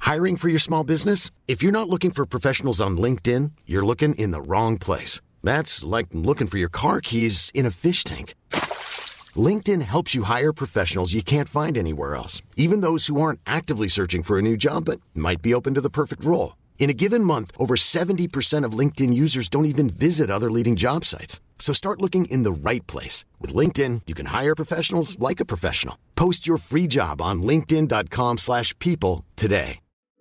Hiring for your small business? If you're not looking for professionals on LinkedIn, you're looking in the wrong place. That's like looking for your car keys in a fish tank. LinkedIn helps you hire professionals you can't find anywhere else, even those who aren't actively searching for a new job but might be open to the perfect role. In a given month, over 70% of LinkedIn users don't even visit other leading job sites. So start looking in the right place. With LinkedIn, you can hire professionals like a professional. Post your free job on linkedin.com/people today.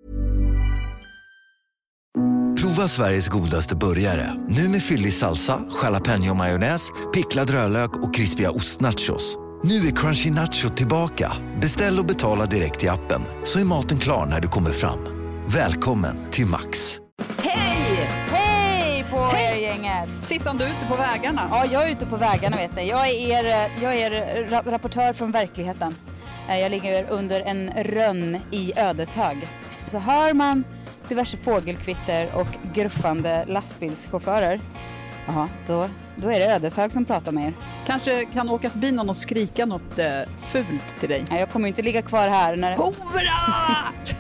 Prova Sveriges godaste burgare. Nu med fyllig salsa, jalapeno majonnäs, picklad rödlök och krispiga ostnachos. Nu är Crunchy Nacho tillbaka. Beställ och betala direkt i appen. Så är maten klar när du kommer fram. Välkommen till Max. Hej! Hej på er gänget. Sissan, du är ute på vägarna. Ja, jag är ute på vägarna, vet ni. Jag är rapportör från verkligheten. Jag ligger under en rönn i Ödeshög. Så hör man diverse fågelkvitter och gruffande lastbilschaufförer. Ja, då är det Ödeshög som pratar med er. Kanske kan åka förbi någon och skrika något fult till dig. Nej, jag kommer inte ligga kvar här när... Hurra!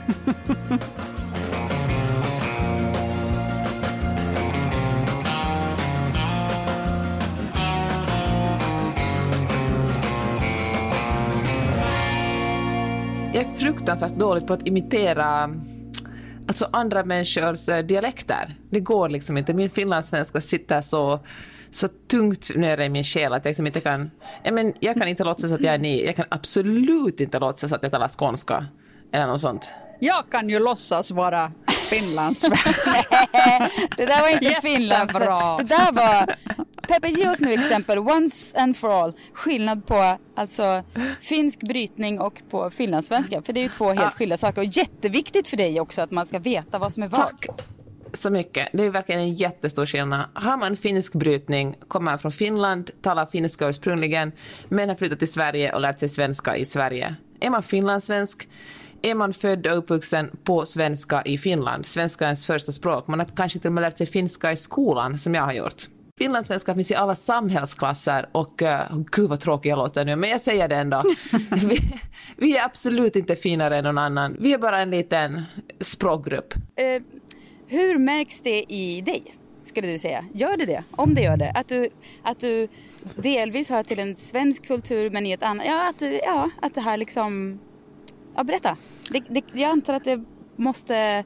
Jag är fruktansvärt dåligt på att imitera andra människors dialekter. Det går liksom inte. Min finlandssvenska sitter så tungt nere i min själ att jag liksom inte kan... Jag kan inte låtsas att jag är ny. Jag kan absolut inte låtsas att jag talar skånska eller något sånt. Jag kan ju låtsas vara finlandssvenska. Det där var inte finlandssvenska. Det där var... Peppe, ge oss nu exempel. Once and for all. Skillnad på finsk brytning och på finlandssvenska. För det är ju två helt skilda saker. Och jätteviktigt för dig också att man ska veta vad som är vad. Tack så mycket. Det är verkligen en jättestor skillnad. Har man finsk brytning, kommer från Finland, talar finska ursprungligen, men har flyttat till Sverige och lärt sig svenska i Sverige. Är man finlandssvensk, är man född och uppvuxen på svenska i Finland. Svenska är ens första språk. Man har kanske till och med lärt sig finska i skolan, som jag har gjort. Finlandssvenska finns i alla samhällsklasser och gud vad tråkig jag låter nu, men jag säger det ändå. Vi är absolut inte finare än någon annan. Vi är bara en liten språkgrupp. Hur märks det i dig, skulle du säga? Gör det? Om det gör det. Att du delvis hör till en svensk kultur, men i ett annat... att det här liksom... Ja, berätta. Jag antar att det måste...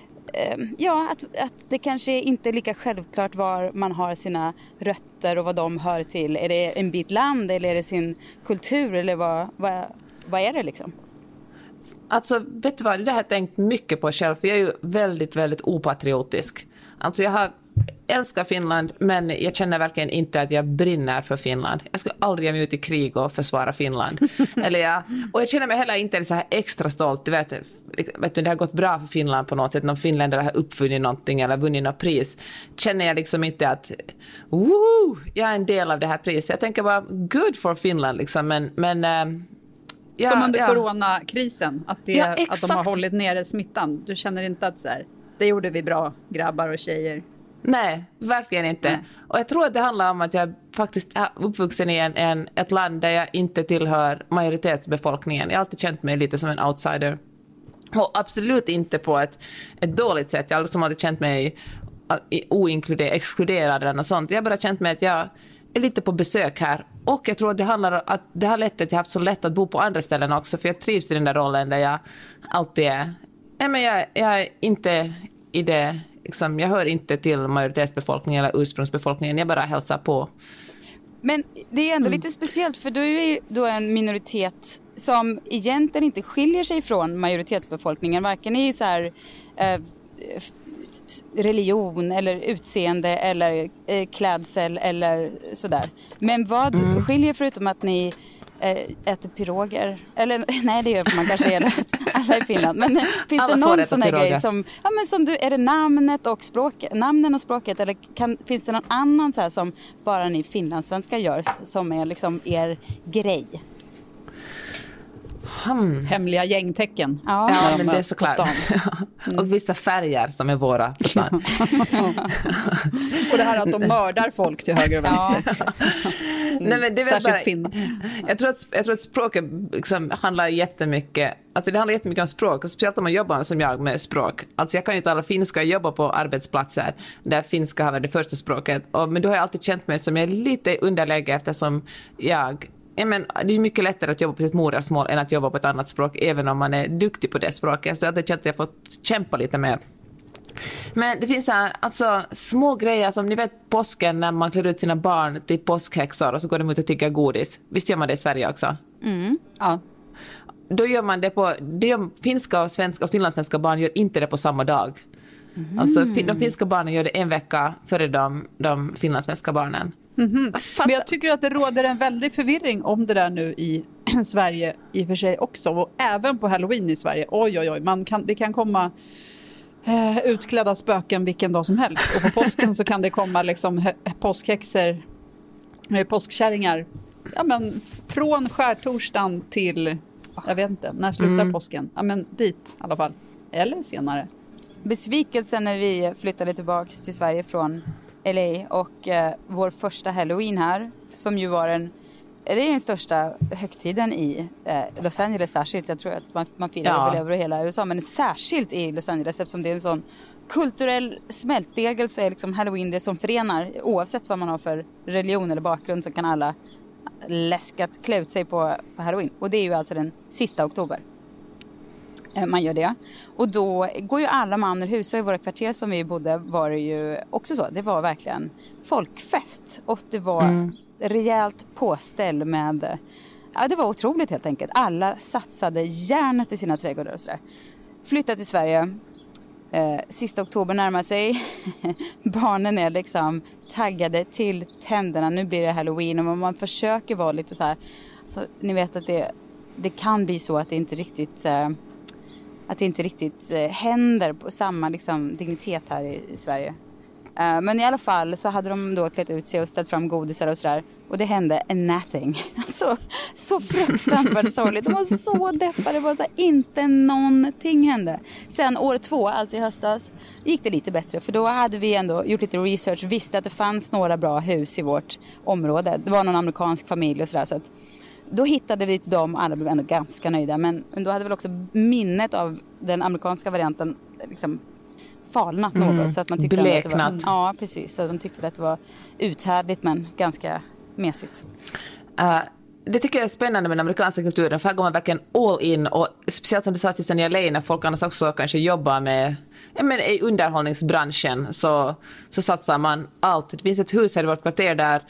att det kanske inte är lika självklart var man har sina rötter och vad de hör till. Är det en bit land eller är det sin kultur eller vad är det liksom? Alltså, vet du vad? Det har jag tänkt mycket på själv, för jag är ju väldigt, väldigt opatriotisk. Alltså jag älskar Finland, men jag känner verkligen inte att jag brinner för Finland. Jag skulle aldrig ge mig ut i krig och försvara Finland. Och jag känner mig heller inte så här extra stolt. Du vet du, det har gått bra för Finland på något sätt. Någon finländare har uppfunnit någonting eller vunnit något pris. Känner jag liksom inte att jag är en del av det här priset. Jag tänker bara, good for Finland liksom. Som under coronakrisen, att de har hållit nere smittan. Du känner inte att det gjorde vi bra, grabbar och tjejer? Nej, verkligen inte. Nej. Och jag tror att det handlar om att jag faktiskt är uppvuxen i ett land där jag inte tillhör majoritetsbefolkningen. Jag har alltid känt mig lite som en outsider. Och absolut inte på ett dåligt sätt. Jag har liksom aldrig känt mig exkluderad eller något sånt. Jag har bara känt mig att jag är lite på besök här. Och jag tror att det handlar om att det har lett att jag har haft så lätt att bo på andra ställen också. För jag trivs i den där rollen där jag alltid är... Jag är inte i det... Liksom, jag hör inte till majoritetsbefolkningen eller ursprungsbefolkningen. Jag bara hälsar på. Men det är ändå lite speciellt, för du är då en minoritet som egentligen inte skiljer sig från majoritetsbefolkningen. Varken i religion eller utseende eller klädsel eller sådär. Men vad skiljer förutom att ni äter piroger? Eller nej, det gör man kanske alla i Finland. Men finns alla det någon sån här grej som är det namnet och namnen och språket, eller finns det någon annan så här som bara ni finlandssvenskar gör som är liksom er grej? hemliga gängtecken. Ja, men det är såklart. Och vissa färger som är våra på stan. Och det här att de mördar folk till höger och vänster. Nej, men det är väl Särskilt bara, finnar. jag tror att språket liksom handlar jättemycket. Alltså det handlar jättemycket om språk, och speciellt om man jobbar som jag med språk. Alltså jag kan ju tala finska, jag jobbar på arbetsplatser där finska har varit det första språket. Men då har jag alltid känt mig som jag är lite i underläge, eftersom det är mycket lättare att jobba på sitt modersmål än att jobba på ett annat språk, även om man är duktig på det språket. Så jag har alltid känt att jag fått kämpa lite mer. Men det finns alltså små grejer som ni vet påsken när man klär ut sina barn till påskhäxor och så går de ut och tycker godis. Visst gör man det i Sverige också? Ja. Då gör man det finska och svenska och finlandssvenska barn gör inte det på samma dag. Alltså de finska barnen gör det en vecka före de finlandssvenska barnen. Men jag tycker att det råder en väldig förvirring om det där nu i Sverige i och för sig också, och även på Halloween i Sverige. Oj, det kan komma utklädda spöken vilken dag som helst, och på påsken så kan det komma liksom påskhäxor, påskkärringar, från skärtorsdagen till, jag vet inte, när slutar påsken? Dit i alla fall, eller senare. Besvikelsen när vi flyttade tillbaka till Sverige från LA och vår första Halloween här, som ju var det är den största högtiden i Los Angeles särskilt. Jag tror att man firar över hela USA, men särskilt i Los Angeles, eftersom det är en sån kulturell smältdegel, så är liksom Halloween det som förenar. Oavsett vad man har för religion eller bakgrund så kan alla läskat klä ut sig på Halloween. Och det är ju alltså den sista oktober. Man gör det. Och då går ju alla man ur hus, och i våra kvarter som vi bodde var det ju också så. Det var verkligen folkfest. Och det var rejält påställ med... Ja, det var otroligt helt enkelt. Alla satsade järnet i sina trädgårdar och sådär. Flyttade till Sverige. Sista oktober närmar sig. Barnen är liksom taggade till tänderna. Nu blir det Halloween, och man försöker vara lite så här... Så ni vet att det kan bli så att det inte riktigt... Att det inte riktigt händer på samma liksom, dignitet här i Sverige. Men i alla fall så hade de då klätt ut sig och ställt fram godisar och sådär. Och det hände nothing. Alltså, så fruktansvärt sorgligt. De var så deppade. Det var så här, inte någonting hände. Sen år 2, alltså i höstas, gick det lite bättre. För då hade vi ändå gjort lite research. Visste att det fanns några bra hus i vårt område. Det var någon amerikansk familj och sådär, så att då hittade vi till dem, alla blev ändå ganska nöjda. Men då hade väl också minnet av den amerikanska varianten liksom falnat något. Så att man tyckte bleknat. Att det var, ja, precis. Så de tyckte att det var uthärdligt men ganska mesigt. Det tycker jag är spännande med den amerikanska kulturen. För här går man verkligen all in. Och speciellt som du sa sist i LA, när folk annars också kanske jobbar med i underhållningsbranschen, så satsar man allt. Det finns ett hus här i vårt kvarter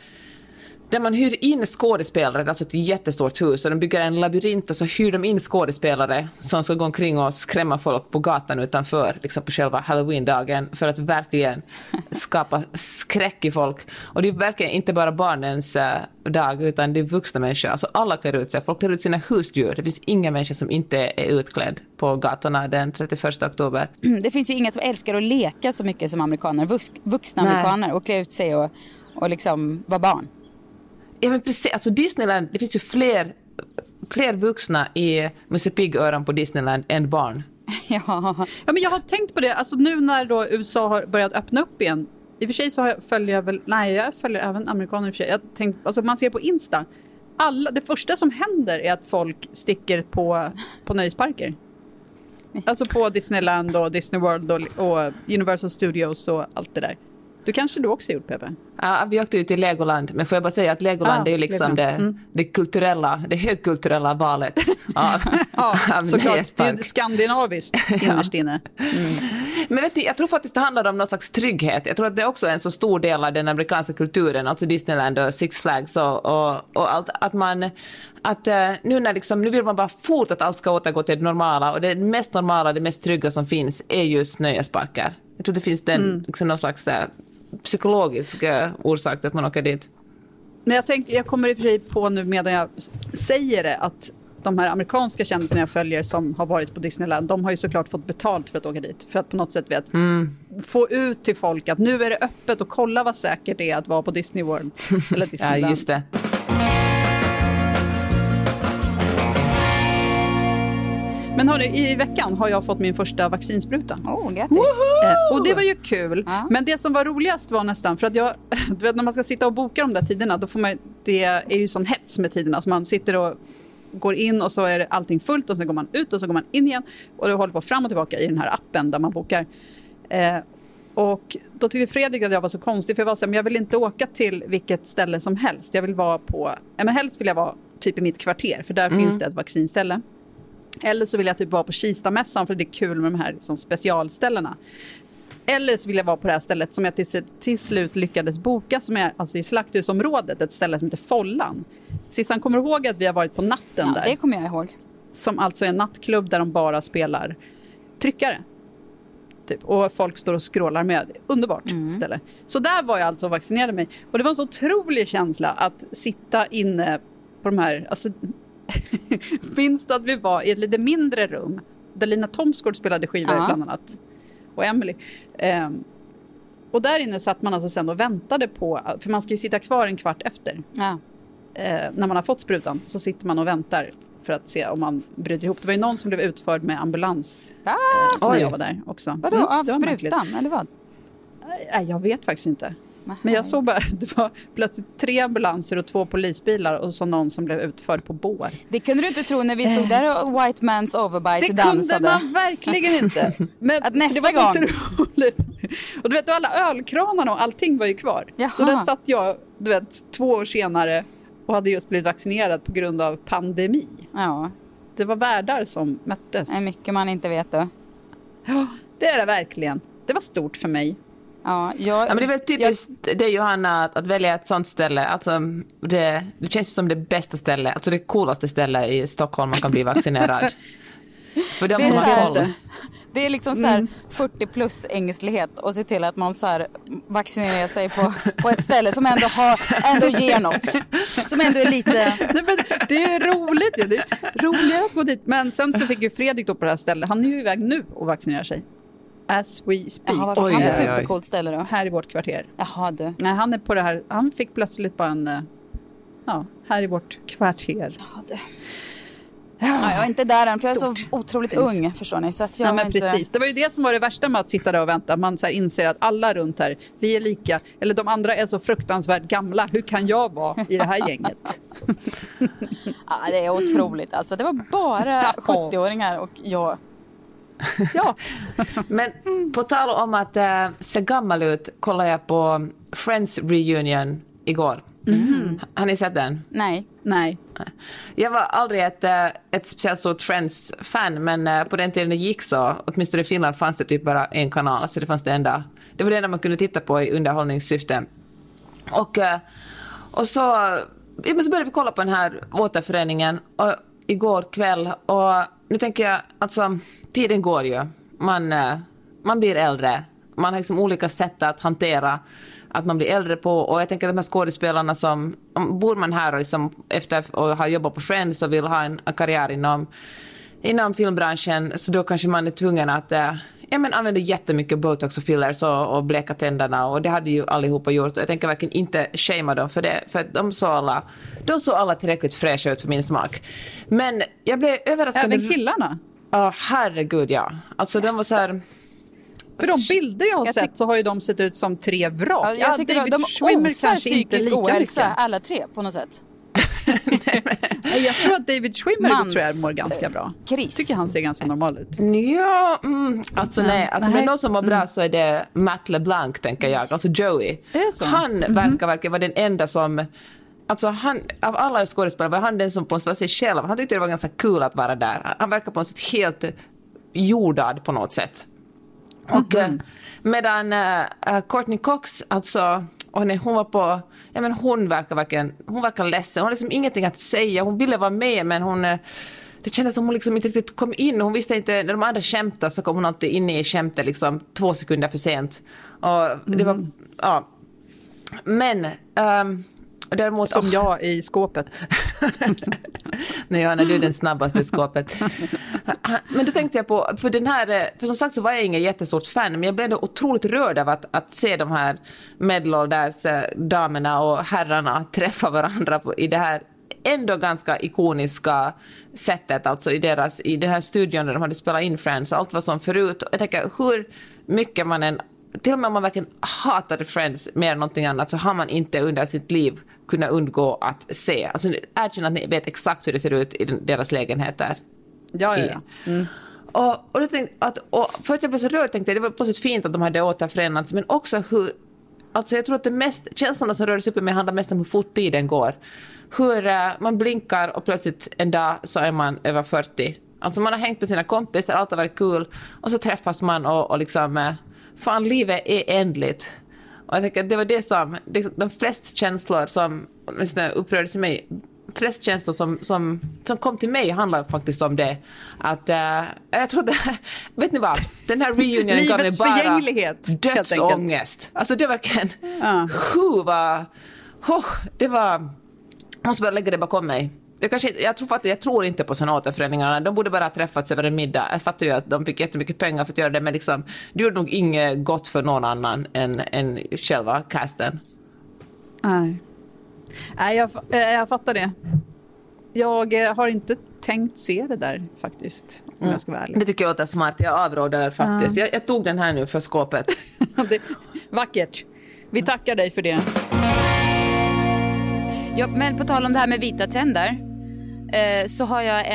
där man hyr in skådespelare, alltså ett jättestort hus, och de bygger en labyrint och så hyr de in skådespelare som ska gå omkring och skrämma folk på gatan utanför, liksom på själva Halloween-dagen, för att verkligen skapa skräck i folk. Och det är verkligen inte bara barnens dag, utan det är vuxna människor. Alltså alla klär ut sig, folk klär ut sina husdjur. Det finns inga människor som inte är utklädd på gatorna den 31 oktober. Det finns ju inga som älskar att leka så mycket som amerikaner, vuxna amerikaner, och klä ut sig och liksom vara barn. Ja, men precis. Alltså Disneyland, det finns ju fler vuxna i Musse Pigg-öron på Disneyland än barn. Ja, men jag har tänkt på det. Alltså nu när då USA har börjat öppna upp igen. I och för sig så följer jag även amerikaner i och för sig. Jag tänkte, alltså man ser på Insta. Det första som händer är att folk sticker på nöjesparker. Alltså på Disneyland och Disney World och Universal Studios och allt det där. Du kanske du också gjort, Peppe? Ja, vi åkte ut till Legoland. Men får jag bara säga att Legoland är ju liksom det kulturella, det högkulturella valet. Ja, såklart. Det är skandinaviskt innerst inne. Men vet du, jag tror faktiskt det handlar om någon slags trygghet. Jag tror att det är också en så stor del av den amerikanska kulturen, alltså Disneyland och Six Flags och allt, att nu vill man bara fort att allt ska återgå till det normala, och det mest normala, det mest trygga som finns är just nöjesparker. Jag tror det finns någon slags psykologisk orsak till att man åker dit. Men jag kommer i och för sig på nu medan jag säger det, att de här amerikanska kändisarna jag följer som har varit på Disneyland, de har ju såklart fått betalt för att åka dit. För att på något sätt få ut till folk att nu är det öppet, och kolla vad säkert det är att vara på Disney World eller Disneyland. Ja, just det. Men hörni, i veckan har jag fått min första vaccinspruta. Grattis. Och det var ju kul. Ja. Men det som var roligast var nästan, för att jag, du vet, när man ska sitta och boka de där tiderna, då får man, det är ju sån hets med tiderna. Så man sitter och går in och så är allting fullt och så går man ut och så går man in igen. Och det håller på fram och tillbaka i den här appen där man bokar. Och då tyckte Fredrik att jag var så konstig, för jag var så här, men jag vill inte åka till vilket ställe som helst. Jag vill vara på, men helst vill jag vara typ i mitt kvarter, för där finns det ett vaccinställe. Eller så vill jag typ vara på Kistamässan, för det är kul med de här som specialställena. Eller så vill jag vara på det här stället som jag till slut lyckades boka, som är alltså i Slakthusområdet, ett ställe som heter Follan. Sissan, kommer du ihåg att vi har varit på natten där? Ja, det kommer jag ihåg. Som alltså är en nattklubb där de bara spelar tryckare. Typ. Och folk står och scrollar med. Underbart ställe. Så där var jag alltså och vaccinerade mig. Och det var en så otrolig känsla att sitta inne på de här... Alltså, minst att vi var i ett lite mindre rum där Lina Thomsgård spelade skivor bland annat. Och Emily. Och där inne satt man alltså sen och väntade på... För man ska ju sitta kvar en kvart efter. Ja. När man har fått sprutan så sitter man och väntar för att se om man bryter ihop. Det var ju någon som blev utförd med ambulans när jag var där också. Vadå, av sprutan eller vad? Jag vet faktiskt inte. Men jag såg bara, det var plötsligt 3 ambulanser och 2 polisbilar och så någon som blev utförd på bår. Det kunde du inte tro när vi stod där och White Man's Overbite dansade. Det kunde man verkligen inte. Men att nästa det var så gång. otroligt. Och du vet, alla ölkranarna och allting var ju kvar. Jaha. Så där satt jag, du vet, 2 år senare och hade just blivit vaccinerad på grund av pandemi. Ja. Det var världar som möttes. Det är mycket man inte vet då. Ja, det är det verkligen. Det var stort för mig. Ja, men det är väl typiskt det, Johanna, att välja ett sånt ställe. Alltså, det känns som det bästa stället, alltså det coolaste stället i Stockholm man kan bli vaccinerad. För de som har koll. Det är liksom så här 40 plus ängslighet och se till att man så här vaccinerar sig på ett ställe som ändå ger något. Som ändå är lite... Nej, men det är roligt ju. Det är roligt att gå dit. Men sen så fick ju Fredrik då på det här stället. Han är ju iväg nu och vaccinerar sig. As we speak. Jaha, han är supercoolt ställe då. Här i vårt kvarter. Jaha, du. Nej, han är på det här. Han fick plötsligt bara en... här i vårt kvarter. Jaha, du. Ja, jag är inte där än, för jag är så otroligt ung, förstår ni. Så att jag men precis. Det var ju det som var det värsta med att sitta där och vänta. Man så här inser att alla runt här, vi är lika. Eller de andra är så fruktansvärt gamla. Hur kan jag vara i det här gänget? Ja, det är otroligt. Alltså, det var bara 70-åringar och jag... Ja, men på tal om att se gammal ut, kollade jag på Friends Reunion igår. Har ni sett den? Nej. Jag var aldrig ett speciellt stort Friends-fan, men på den tiden det gick så, åtminstone i Finland fanns det typ bara en kanal, så det var det enda man kunde titta på i underhållningssyfte. Och så började vi kolla på den här återföreningen igår kväll, och nu tänker jag, alltså tiden går ju, man blir äldre, man har liksom olika sätt att hantera att man blir äldre på, och jag tänker att de här skådespelarna som bor man här och liksom efter och har jobbat på Friends och vill ha en karriär inom filmbranschen, så då kanske man är tvungen att använda jättemycket botox och fillers och bleka tänderna, och det hade ju allihopa gjort, och jag tänker verkligen inte shama dem för det, för de såg alla tillräckligt fräscha ut för min smak. Men jag blev överraskad. Även killarna? Ja, herregud, ja. Alltså de var så här... För de bilder jag har sett så har ju de sett ut som 3 vrak. Jag tycker David de Schwimmer kanske inte lika ohälsa, mycket. alla 3 på något sätt. Jag tror att David Schwimmer mår ganska bra. Kris. Tycker han ser ganska normal ut. Ja, nej. Alltså med någon som mår bra så är det Matt LeBlanc, tänker jag. Alltså Joey. Han verkar vara den enda som... Alltså han, av alla skådespelare var han den som på något sätt var sig själv. Han tyckte det var ganska kul att vara där. Han verkar på något sätt helt jordad på något sätt. Och medan Courtney Cox, alltså, och hon var på, hon verkar ledsen, hon har liksom ingenting att säga, hon ville vara med, men det kändes som hon liksom inte riktigt kom in, hon visste inte, när de andra skämtade så kom hon alltid in i skämtet liksom 2 sekunder för sent, och det var, men däremot, som jag i skåpet. Nej, Johanna, du är den snabbaste i skåpet. Men då tänkte jag på, för som sagt så var jag ingen jättestort fan, men jag blev ändå otroligt rörd av att se de här medelålders damerna och herrarna träffa varandra i det här ändå ganska ikoniska sättet, alltså i den här studion där de hade spelat in Friends, allt var som förut. Och jag tänker, hur mycket man än, till och med om man verkligen hatade Friends mer än någonting annat, så har man inte under sitt liv kunnat undgå att se. Alltså erkänna att ni vet exakt hur det ser ut i deras lägenheter. Ja. Mm. Och jag tänkte och för att jag blev så rörd tänkte jag, det var på sätt fint att de hade återförenats, men också hur, alltså jag tror att det mest, känslorna som rör sig uppe med handlar mest om hur fort tiden går. Hur man blinkar och plötsligt en dag så är man över 40. Alltså man har hängt med sina kompisar, allt har varit kul, och så träffas man och liksom, fan, livet är ändligt. Och jag tänker att det var det som, de flesta känslor som upprördes i mig, flest känslor som kom till mig handlar faktiskt om det. Att jag trodde, vet ni vad, den här reunionen gav mig bara dödsångest. Alltså det var verkligen det var, jag måste bara lägga det bakom mig. Jag tror inte på såna återföreningarna. De borde bara ha träffats över en middag. Jag fattar ju att de fick jättemycket pengar för att göra det, men liksom, det gjorde nog inget gott för någon annan än själva casten. Nej, jag fattar det. Jag har inte tänkt se det där faktiskt, om jag ska vara ärlig. Det tycker jag låter smart. Jag avråder där faktiskt. Jag tog den här nu för skåpet. Vackert. Vi tackar dig för det. Ja, men på tal om det här med vita tänder, så har jag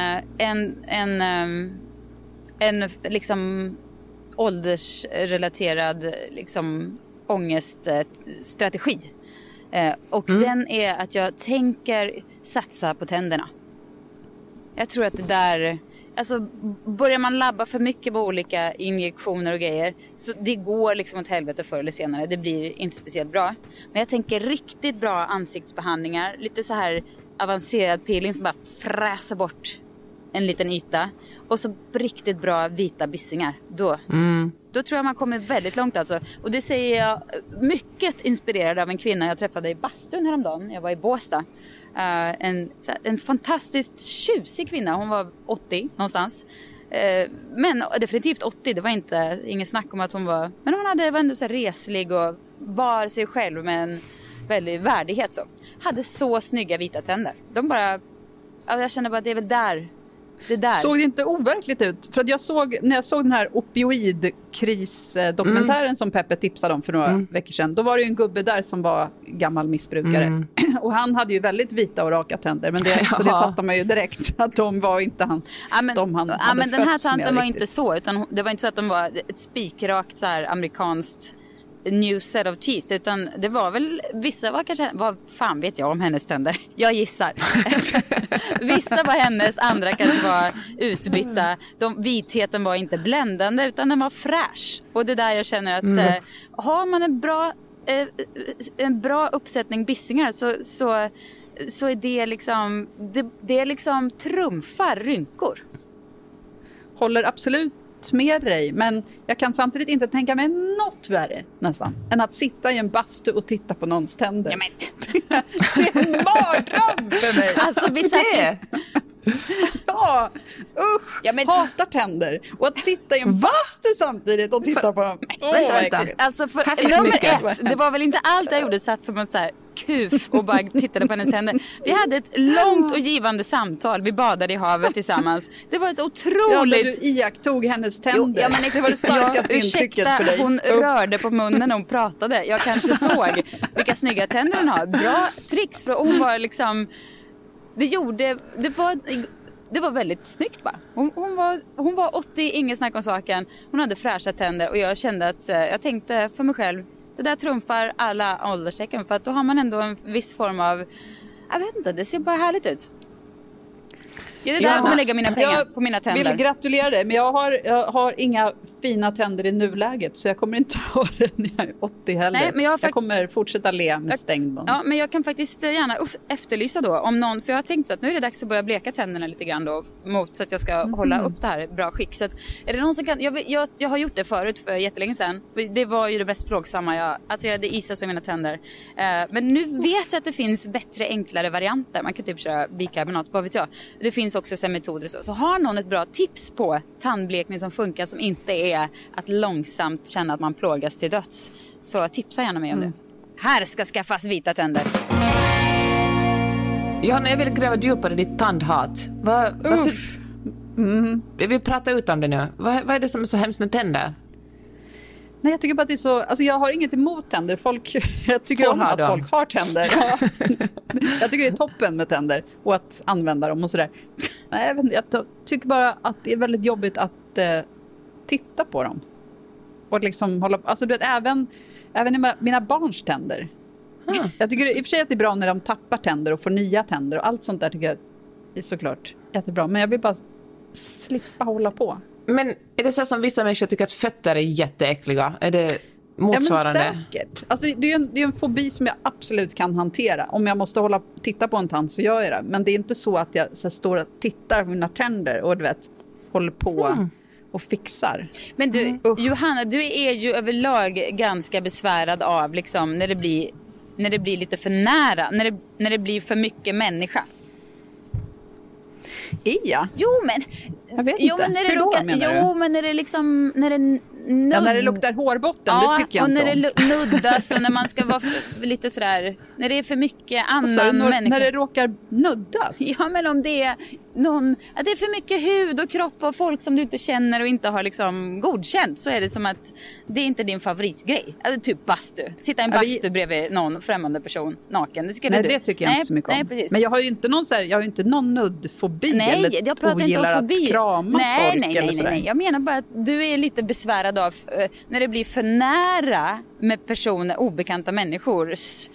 en liksom åldersrelaterad liksom ångeststrategi. Och den är att jag tänker satsa på tänderna. Jag tror att det där, alltså börjar man labba för mycket på olika injektioner och grejer, så det går liksom åt helvete förr eller senare. Det blir inte speciellt bra. Men jag tänker riktigt bra ansiktsbehandlingar, lite så här avancerad peeling som bara fräser bort en liten yta, och så riktigt bra vita bissingar. Då tror jag man kommer väldigt långt alltså. Och det säger jag mycket inspirerad av en kvinna jag träffade i bastun häromdagen. Jag var i Båstad. En fantastiskt tjusig kvinna. Hon var 80 någonstans. Men definitivt 80. Det var ingen snack om att hon var... Men hon var ändå så här reslig och bar sig själv med en väldigt värdighet. Så. Hade så snygga vita tänder. De bara... Jag känner bara att det är väl där... Såg det inte overkligt ut? För att när jag såg den här opioidkrisdokumentären som Peppe tipsade om för några veckor sedan, då var det ju en gubbe där som var gammal missbrukare. Och han hade ju väldigt vita och raka tänder, men så det fattar man ju direkt att de var inte hans. Men den här tanten var inte så, utan det var inte så att de var ett spikrakt så här amerikanskt new set of teeth, utan det var väl, vissa var kanske, vad fan vet jag om hennes tänder, jag gissar. Vissa var hennes, andra kanske var utbytta. Vitheten var inte bländande, utan den var fräsch. Och det där jag känner att har man en bra uppsättning bissingar så är det liksom det liksom trumfar rynkor. Håller absolut med dig, men jag kan samtidigt inte tänka mig något värre nästan än att sitta i en bastu och titta på någons tänder. Ja, men... det är en mardröm för mig. Alltså vi satt ja, usch, ja, men... hatar tänder. Och att sitta i en bastu samtidigt och titta på dem. Vänta. Alltså nummer 1, det var väl inte allt jag gjorde, satt som en så här kuf och bara tittade på hennes händer. Vi hade ett långt och givande samtal. Vi badade i havet tillsammans. Det var ett otroligt... Ja, du iakttog hennes tänder. Ja, men det var det starkaste intrycket för dig. Hon rörde på munnen och hon pratade. Jag kanske såg vilka snygga tänder hon har. Bra tricks, för hon var liksom... Det var väldigt snyggt bara. Hon var 80, ingen snack om saken. Hon hade fräscha tänder och jag kände att jag tänkte för mig själv, det där trumfar alla ålderstecken, för att då har man ändå en viss form av, jag vet inte, det ser bara härligt ut. Det är där jag kommer lägga mina pengar på mina tänder. Jag vill gratulera dig, men jag har inga fina tänder i nuläget, så jag kommer inte ha det när jag är 80 heller. Nej, men jag kommer fortsätta le med stängd mun. Ja, men jag kan faktiskt gärna efterlysa då om någon, för jag har tänkt så att nu är det dags att börja bleka tänderna lite grann då, mot så att jag ska hålla upp det här i bra skick. Så att, är det någon som kan, jag har gjort det förut för jättelänge sedan. Det var ju det mest plågsamma. Jag hade isat i mina tänder. Men nu vet jag att det finns bättre, enklare varianter. Man kan typ köra bikarbonat, vad vet jag. Det finns också så metoder så har någon ett bra tips på tandblekning som funkar, som inte är att långsamt känna att man plågas till döds, så tipsa gärna mig om det. Här ska skaffas vita tänder. Johanna, jag vill gräva djupare i ditt tandhat. Varför? Jag vill prata ut om det nu. Vad är det som är så hemskt med tänder? Nej, jag tycker bara att det är så... Alltså jag har inget emot tänder. Jag tycker om att folk har tänder. Ja. Jag tycker det är toppen med tänder. Och att använda dem och sådär. Nej, jag tycker bara att det är väldigt jobbigt att titta på dem. Och liksom hålla... Alltså du vet, även i mina barns tänder. Jag tycker i och för sig att det är bra när de tappar tänder och får nya tänder. Och allt sånt där tycker jag är såklart jättebra. Men jag vill bara slippa hålla på. Men är det så som vissa människor tycker att fötter är jätteäckliga? Är det motsvarande? Ja, men säkert. Alltså, det är en fobi som jag absolut kan hantera. Om jag måste titta på en tand så gör jag det. Men det är inte så att jag så står och tittar på mina tänder och du vet, håller på och fixar. Men du, Johanna, du är ju överlag ganska besvärad av liksom, när det blir lite för nära. När det blir för mycket människa. Ja. Jo, men jag vet inte. Men när det liksom när det luktar hårbotten, det tycker jag inte om. Ja, och när det nuddas och när man ska vara lite sådär, när det är för mycket annan människa. När det råkar nuddas? Ja, men om det är att det är för mycket hud och kropp och folk som du inte känner och inte har liksom godkänt, så är det som att det är inte din favoritgrej. Alltså typ bastu. Sitta i en bastu bredvid någon främmande person naken. Det tycker jag inte så mycket om. Nej, men jag har ju inte någon nuddfobi. Nej, eller jag pratar inte om fobi. Att krama folk eller sådär. Nej. Jag menar bara att du är lite besvärad av när det blir för nära med personer, obekanta människors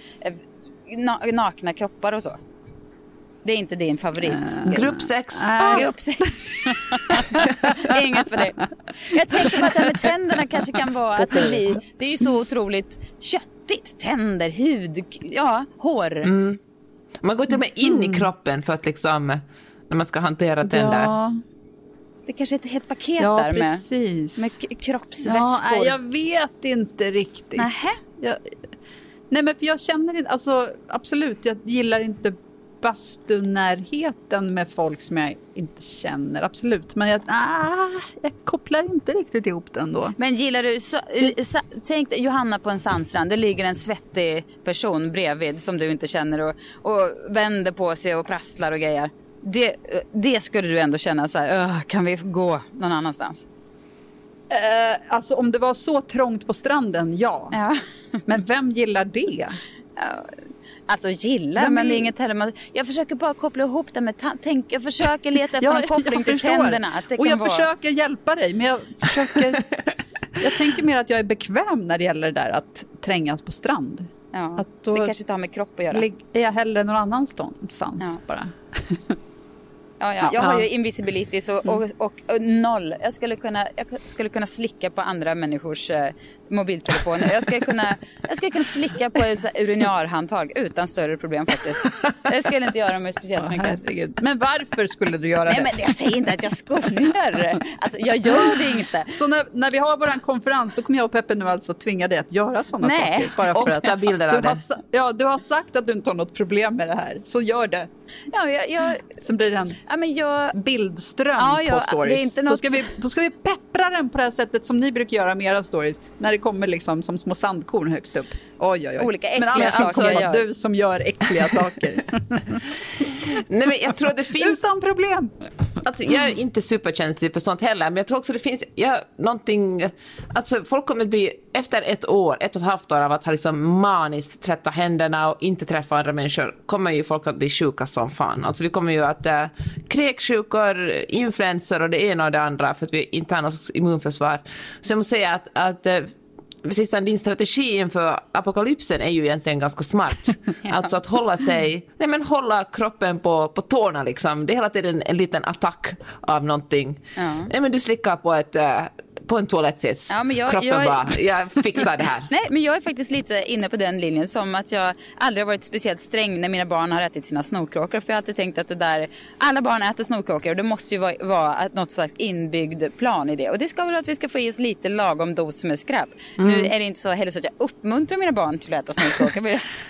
nakna kroppar och så. Det är inte din favorit. Gruppsex. Gruppsex. Inget för det. Jag tänker att det med tänderna kanske kan vara att det är ju så otroligt köttigt. Tänder, hud, hår. Man går till och med in i kroppen för att liksom, när man ska hantera tänder. Ja. Det kanske är ett helt paket där med kroppsvätskor. Ja, jag vet inte riktigt. Nej, men för jag känner inte, alltså absolut, jag gillar inte bastunärheten med folk som jag inte känner, absolut. Men jag kopplar inte riktigt ihop den då. Men gillar du, tänk Johanna på en sandstrand, det ligger en svettig person bredvid som du inte känner och vänder på sig och prasslar och grejer. Det skulle du ändå känna så här, kan vi gå någon annanstans? Alltså om det var så trångt på stranden, ja. Men vem gillar det? Alltså men det är inget heller. Jag försöker bara koppla ihop det med jag försöker leta efter en koppling till tänderna. Att det och kan jag försöker hjälpa dig, men jag tänker mer att jag är bekväm när det gäller det där att trängas på strand. Ja, att då det kanske inte har med kropp att göra. Är jag hellre någon annanstans bara. Jag har ju invisibilities och noll. Jag skulle kunna slicka på andra människors mobiltelefoner. Jag skulle kunna slicka på ett urinarhandtag utan större problem faktiskt. Jag skulle inte göra mig speciellt mycket. Herregud. Men varför skulle du göra det? Nej, men jag säger inte att jag skulle. Alltså, jag gör det inte. Så när vi har våran konferens, då kommer jag och Peppe nu alltså tvinga dig att göra sådana saker. Bara för att ta bilder av det. Du har sagt att du inte har något problem med det här. Så gör det. Ja, Sen blir det en bildström på stories. Det är inte något... då ska vi peppra den på det här sättet som ni brukar göra med era stories. När det kommer liksom som små sandkorn högst upp. Oj. Olika äckliga saker jag gör. Du som gör äckliga saker. Nej, men jag tror det finns... Utan problem. Alltså, jag är inte superkänslig för sånt heller, men jag tror också det finns någonting... Alltså, folk kommer bli efter 1 och ett halvt år av att ha liksom maniskt tvätta händerna och inte träffa andra människor, kommer ju folk att bli sjuka som fan. Alltså, vi kommer ju att kräksjukor, influenser och det ena och det andra för att vi inte har något immunförsvar. Så jag måste säga att precis din strategi inför apokalypsen är ju egentligen ganska smart. Alltså att hålla kroppen på tårna liksom. Det är hela tiden en liten attack av någonting. Nej, men du slickar på en toalettsits. Ja, men jag fixar det här. Nej, men jag är faktiskt lite inne på den linjen, som att jag aldrig har varit speciellt sträng när mina barn har ätit sina snorkråkor. För jag har alltid tänkt att alla barn äter snorkråkor och det måste ju vara något slags inbyggd plan i det. Och det ska väl att vi ska få i oss lite lagom dos med skräp. Nu är det inte så heller så att jag uppmuntrar mina barn till att äta snorkråkor.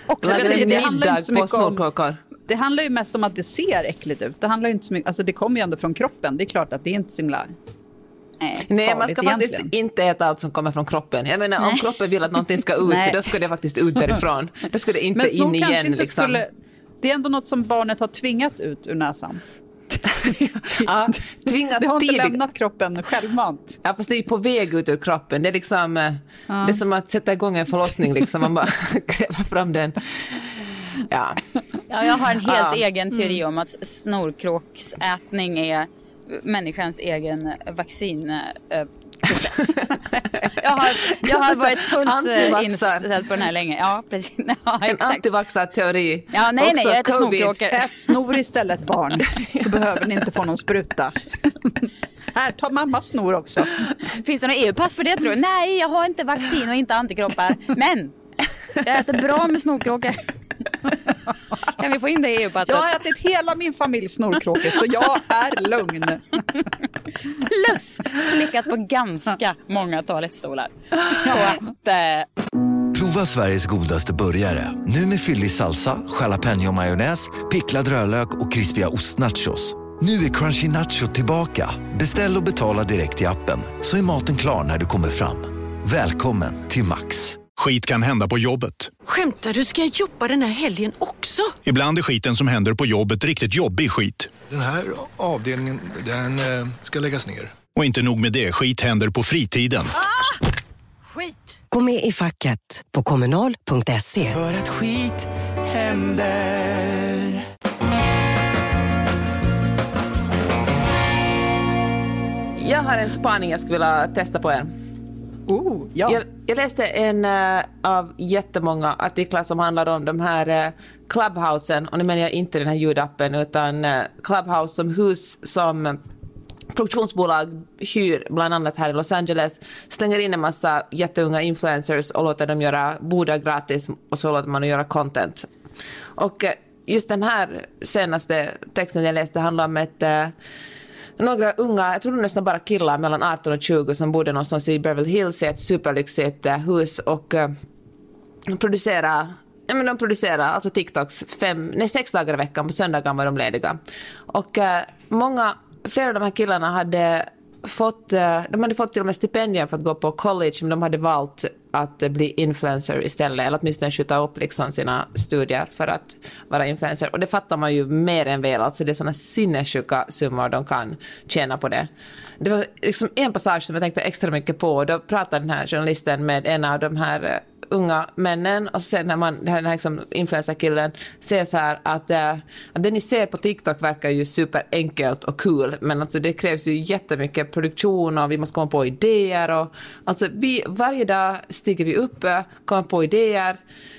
Det handlar ju mest om att det ser äckligt ut. Det handlar inte så mycket, alltså det kommer ju ändå från kroppen. Det är klart att det är inte så himla... Nej, man ska faktiskt inte äta allt som kommer från kroppen. Jag menar, om kroppen vill att någonting ska ut, då ska det faktiskt ut därifrån. Då ska det inte in igen. Det är ändå något som barnet har tvingat ut ur näsan. Ja, tvingat det har inte tidigt. lämnat kroppen självmant. Ja, fast det är på väg ut ur kroppen. Det är liksom det är som att sätta igång en förlossning liksom. Man bara kräver fram den. Ja, jag har en helt egen teori om att snorkråksätning är människans egen vaccinprocess. Jag har varit fullt inställd på den här länge. Ja, precis. Ja, en antivaxad teori. Ja, nej, jag äter snorkråkor. Ät snor istället, barn. Så behöver ni inte få någon spruta. Här, ta mammas snor också. Finns det någon EU-pass för det, tror jag? Nej, jag har inte vaccin och inte antikroppar. Men jag äter bra med snorkråkor. Kan vi få in det i EU-passet? Jag har ätit hela min familj snorkråkor, så jag är lugn. Plus slickat på ganska många toalettstolar. Så att... Prova Sveriges godaste burgare. Nu med fyllig salsa, jalapeno majonnäs, picklad rödlök och krispiga ostnachos. Nu är Crunchy Nacho tillbaka. Beställ och betala direkt i appen, så är maten klar när du kommer fram. Välkommen till Max. Skit kan hända på jobbet. Skämtar du, ska jag jobba den här helgen också? Ibland är skiten som händer på jobbet riktigt jobbig skit. Den här avdelningen, den ska läggas ner. Och inte nog med det, skit händer på fritiden. Skit! Gå med i facket på kommunal.se. För att skit händer. Jag har en spaning jag skulle vilja testa på er. Ja. Jag läste en av jättemånga artiklar som handlar om de här Clubhousen, och nu menar jag inte den här ljudappen utan Clubhouse som hus som produktionsbolag hyr bland annat här i Los Angeles, slänger in en massa jätteunga influencers och låter dem göra bodar gratis, och så låter man göra content. Och just den här senaste texten jag läste handlar om några unga, jag tror nästan bara killar mellan 18 och 20 som bodde någonstans i Beverly Hills i ett superlyxigt hus och producerar alltså TikToks 6 dagar i veckan, på söndagar var de lediga. Och flera av de här killarna hade fått till och med stipendier för att gå på college, men de hade valt att bli influencer istället, eller åtminstone skjuta upp liksom sina studier för att vara influencer. Och det fattar man ju mer än väl, alltså det är såna sinnessjuka summor de kan tjäna på det. Det var liksom en passage som jag tänkte extra mycket på, och då pratade den här journalisten med en av de här unga männen, och sen när den här liksom influencerkillen säger så här att det ni ser på TikTok verkar ju superenkelt och kul, men alltså det krävs ju jättemycket produktion och vi måste komma på idéer, och alltså varje dag stiger vi upp, kommer på idéer,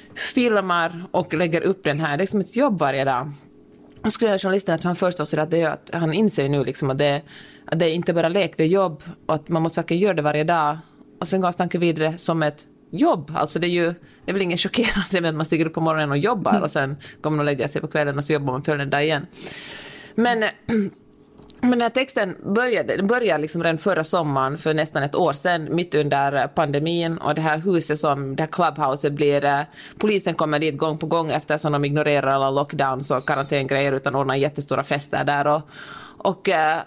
filmar och lägger upp den här. Det är som ett jobb varje dag. Och skulle journalisten att han först och så att han inser nu liksom att det är inte bara lek, det är jobb, och att man måste verkligen göra det varje dag, och sen går tanken vidare som ett jobb. Alltså det är väl ingen chockerande med att man stiger upp på morgonen och jobbar och sen kommer man att lägga sig på kvällen och så jobbar man följande dag igen. Men den här texten börjar liksom redan förra sommaren för nästan ett år sedan, mitt under pandemin, och det här huset som det här Clubhouset blir, polisen kommer dit gång på gång eftersom de ignorerar alla lockdowns och karantängrejer utan ordnar jättestora fester där, och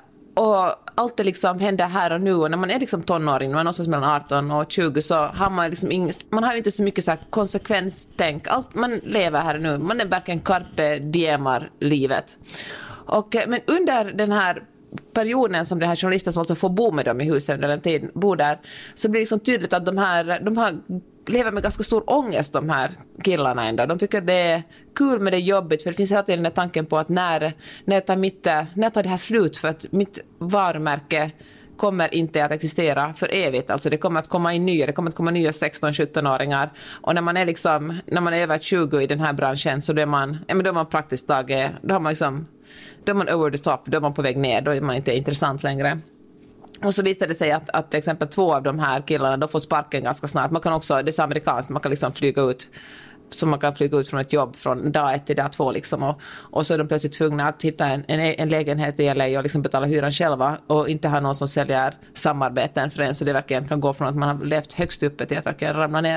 allt det liksom händer här och nu, och när man är liksom tonåring, man är någonstans mellan 18 och 20, så har man liksom man har ju inte så mycket så här konsekvenstänk. Man lever här och nu, man är verkligen carpe diemar livet. Men under den här perioden som den här journalisten som alltså får bo med dem i huset under den tiden bor där, så blir det liksom tydligt att de har lever med ganska stor ångest, de här killarna ändå. De tycker att det är kul med det jobbigt, för det finns hela tiden den tanken på att när tar det här slut, för att mitt varumärke kommer inte att existera för evigt. Alltså det kommer att komma nya 16-17-åringar, och när man är över 20 i den här branschen, så då är man praktiskt taget, då är man over the top, då är man på väg ner, då är man inte intressant längre. Och så visade det sig att till exempel 2 av de här killarna då får sparken ganska snart. Man kan också, det är så amerikanskt, man kan liksom flyga ut från ett jobb från dag 1 till dag 2 liksom, och så är de plötsligt tvungna att hitta en lägenhet i LA och liksom betala hyran själva och inte ha någon som säljer samarbeten för en, så det verkligen kan gå från att man har levt högst uppe till att verkligen ramla ner.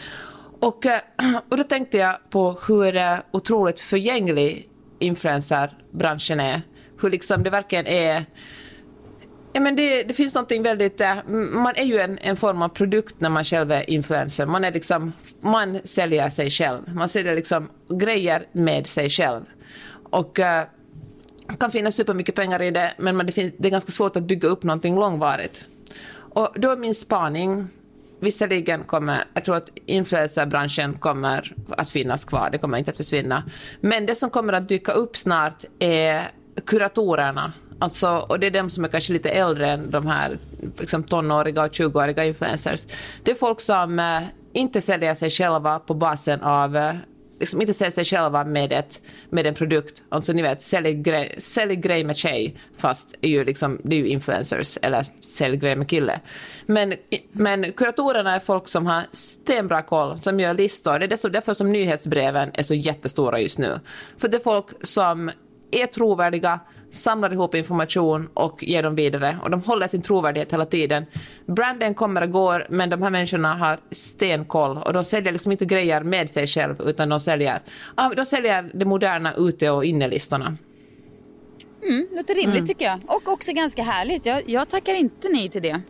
Och då tänkte jag på hur otroligt förgänglig influencerbranschen är, hur liksom det verkligen är Ja, men det finns någonting väldigt... Man är ju en form av produkt när man själv är influencer. Man säljer sig själv. Man säljer liksom grejer med sig själv. Och kan finnas supermycket pengar i det, men det är ganska svårt att bygga upp någonting långvarigt. Och då är min spaning... Visserligen jag tror att influencerbranschen kommer att finnas kvar, det kommer inte att försvinna. Men det som kommer att dyka upp snart är kuratorerna. Alltså, och det är de som är kanske lite äldre än de här liksom, tonåriga och 20-åriga influencers. Det är folk som inte säljer sig själva på basen av... Liksom inte säljer sig själva med en produkt. Alltså ni vet, sälj grej med tjej, fast det är ju influencers, eller sälj grej med kille. Men kuratorerna är folk som har stenbra koll, som gör listor. Det är därför som nyhetsbreven är så jättestora just nu. För det är folk som är trovärdiga, samlar ihop information och ger dem vidare. Och de håller sin trovärdighet hela tiden. Branden kommer och går, men de här människorna har stenkoll. Och de säljer liksom inte grejer med sig själv, utan de säljer det moderna ute- och innelistorna. Låter rimligt tycker jag. Och också ganska härligt. Jag tackar inte nej till det.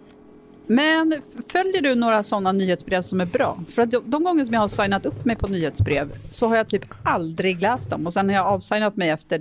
Men följer du några sådana nyhetsbrev som är bra? För att de gånger som jag har signat upp mig på nyhetsbrev så har jag typ aldrig läst dem. Och sen har jag avsignat mig efter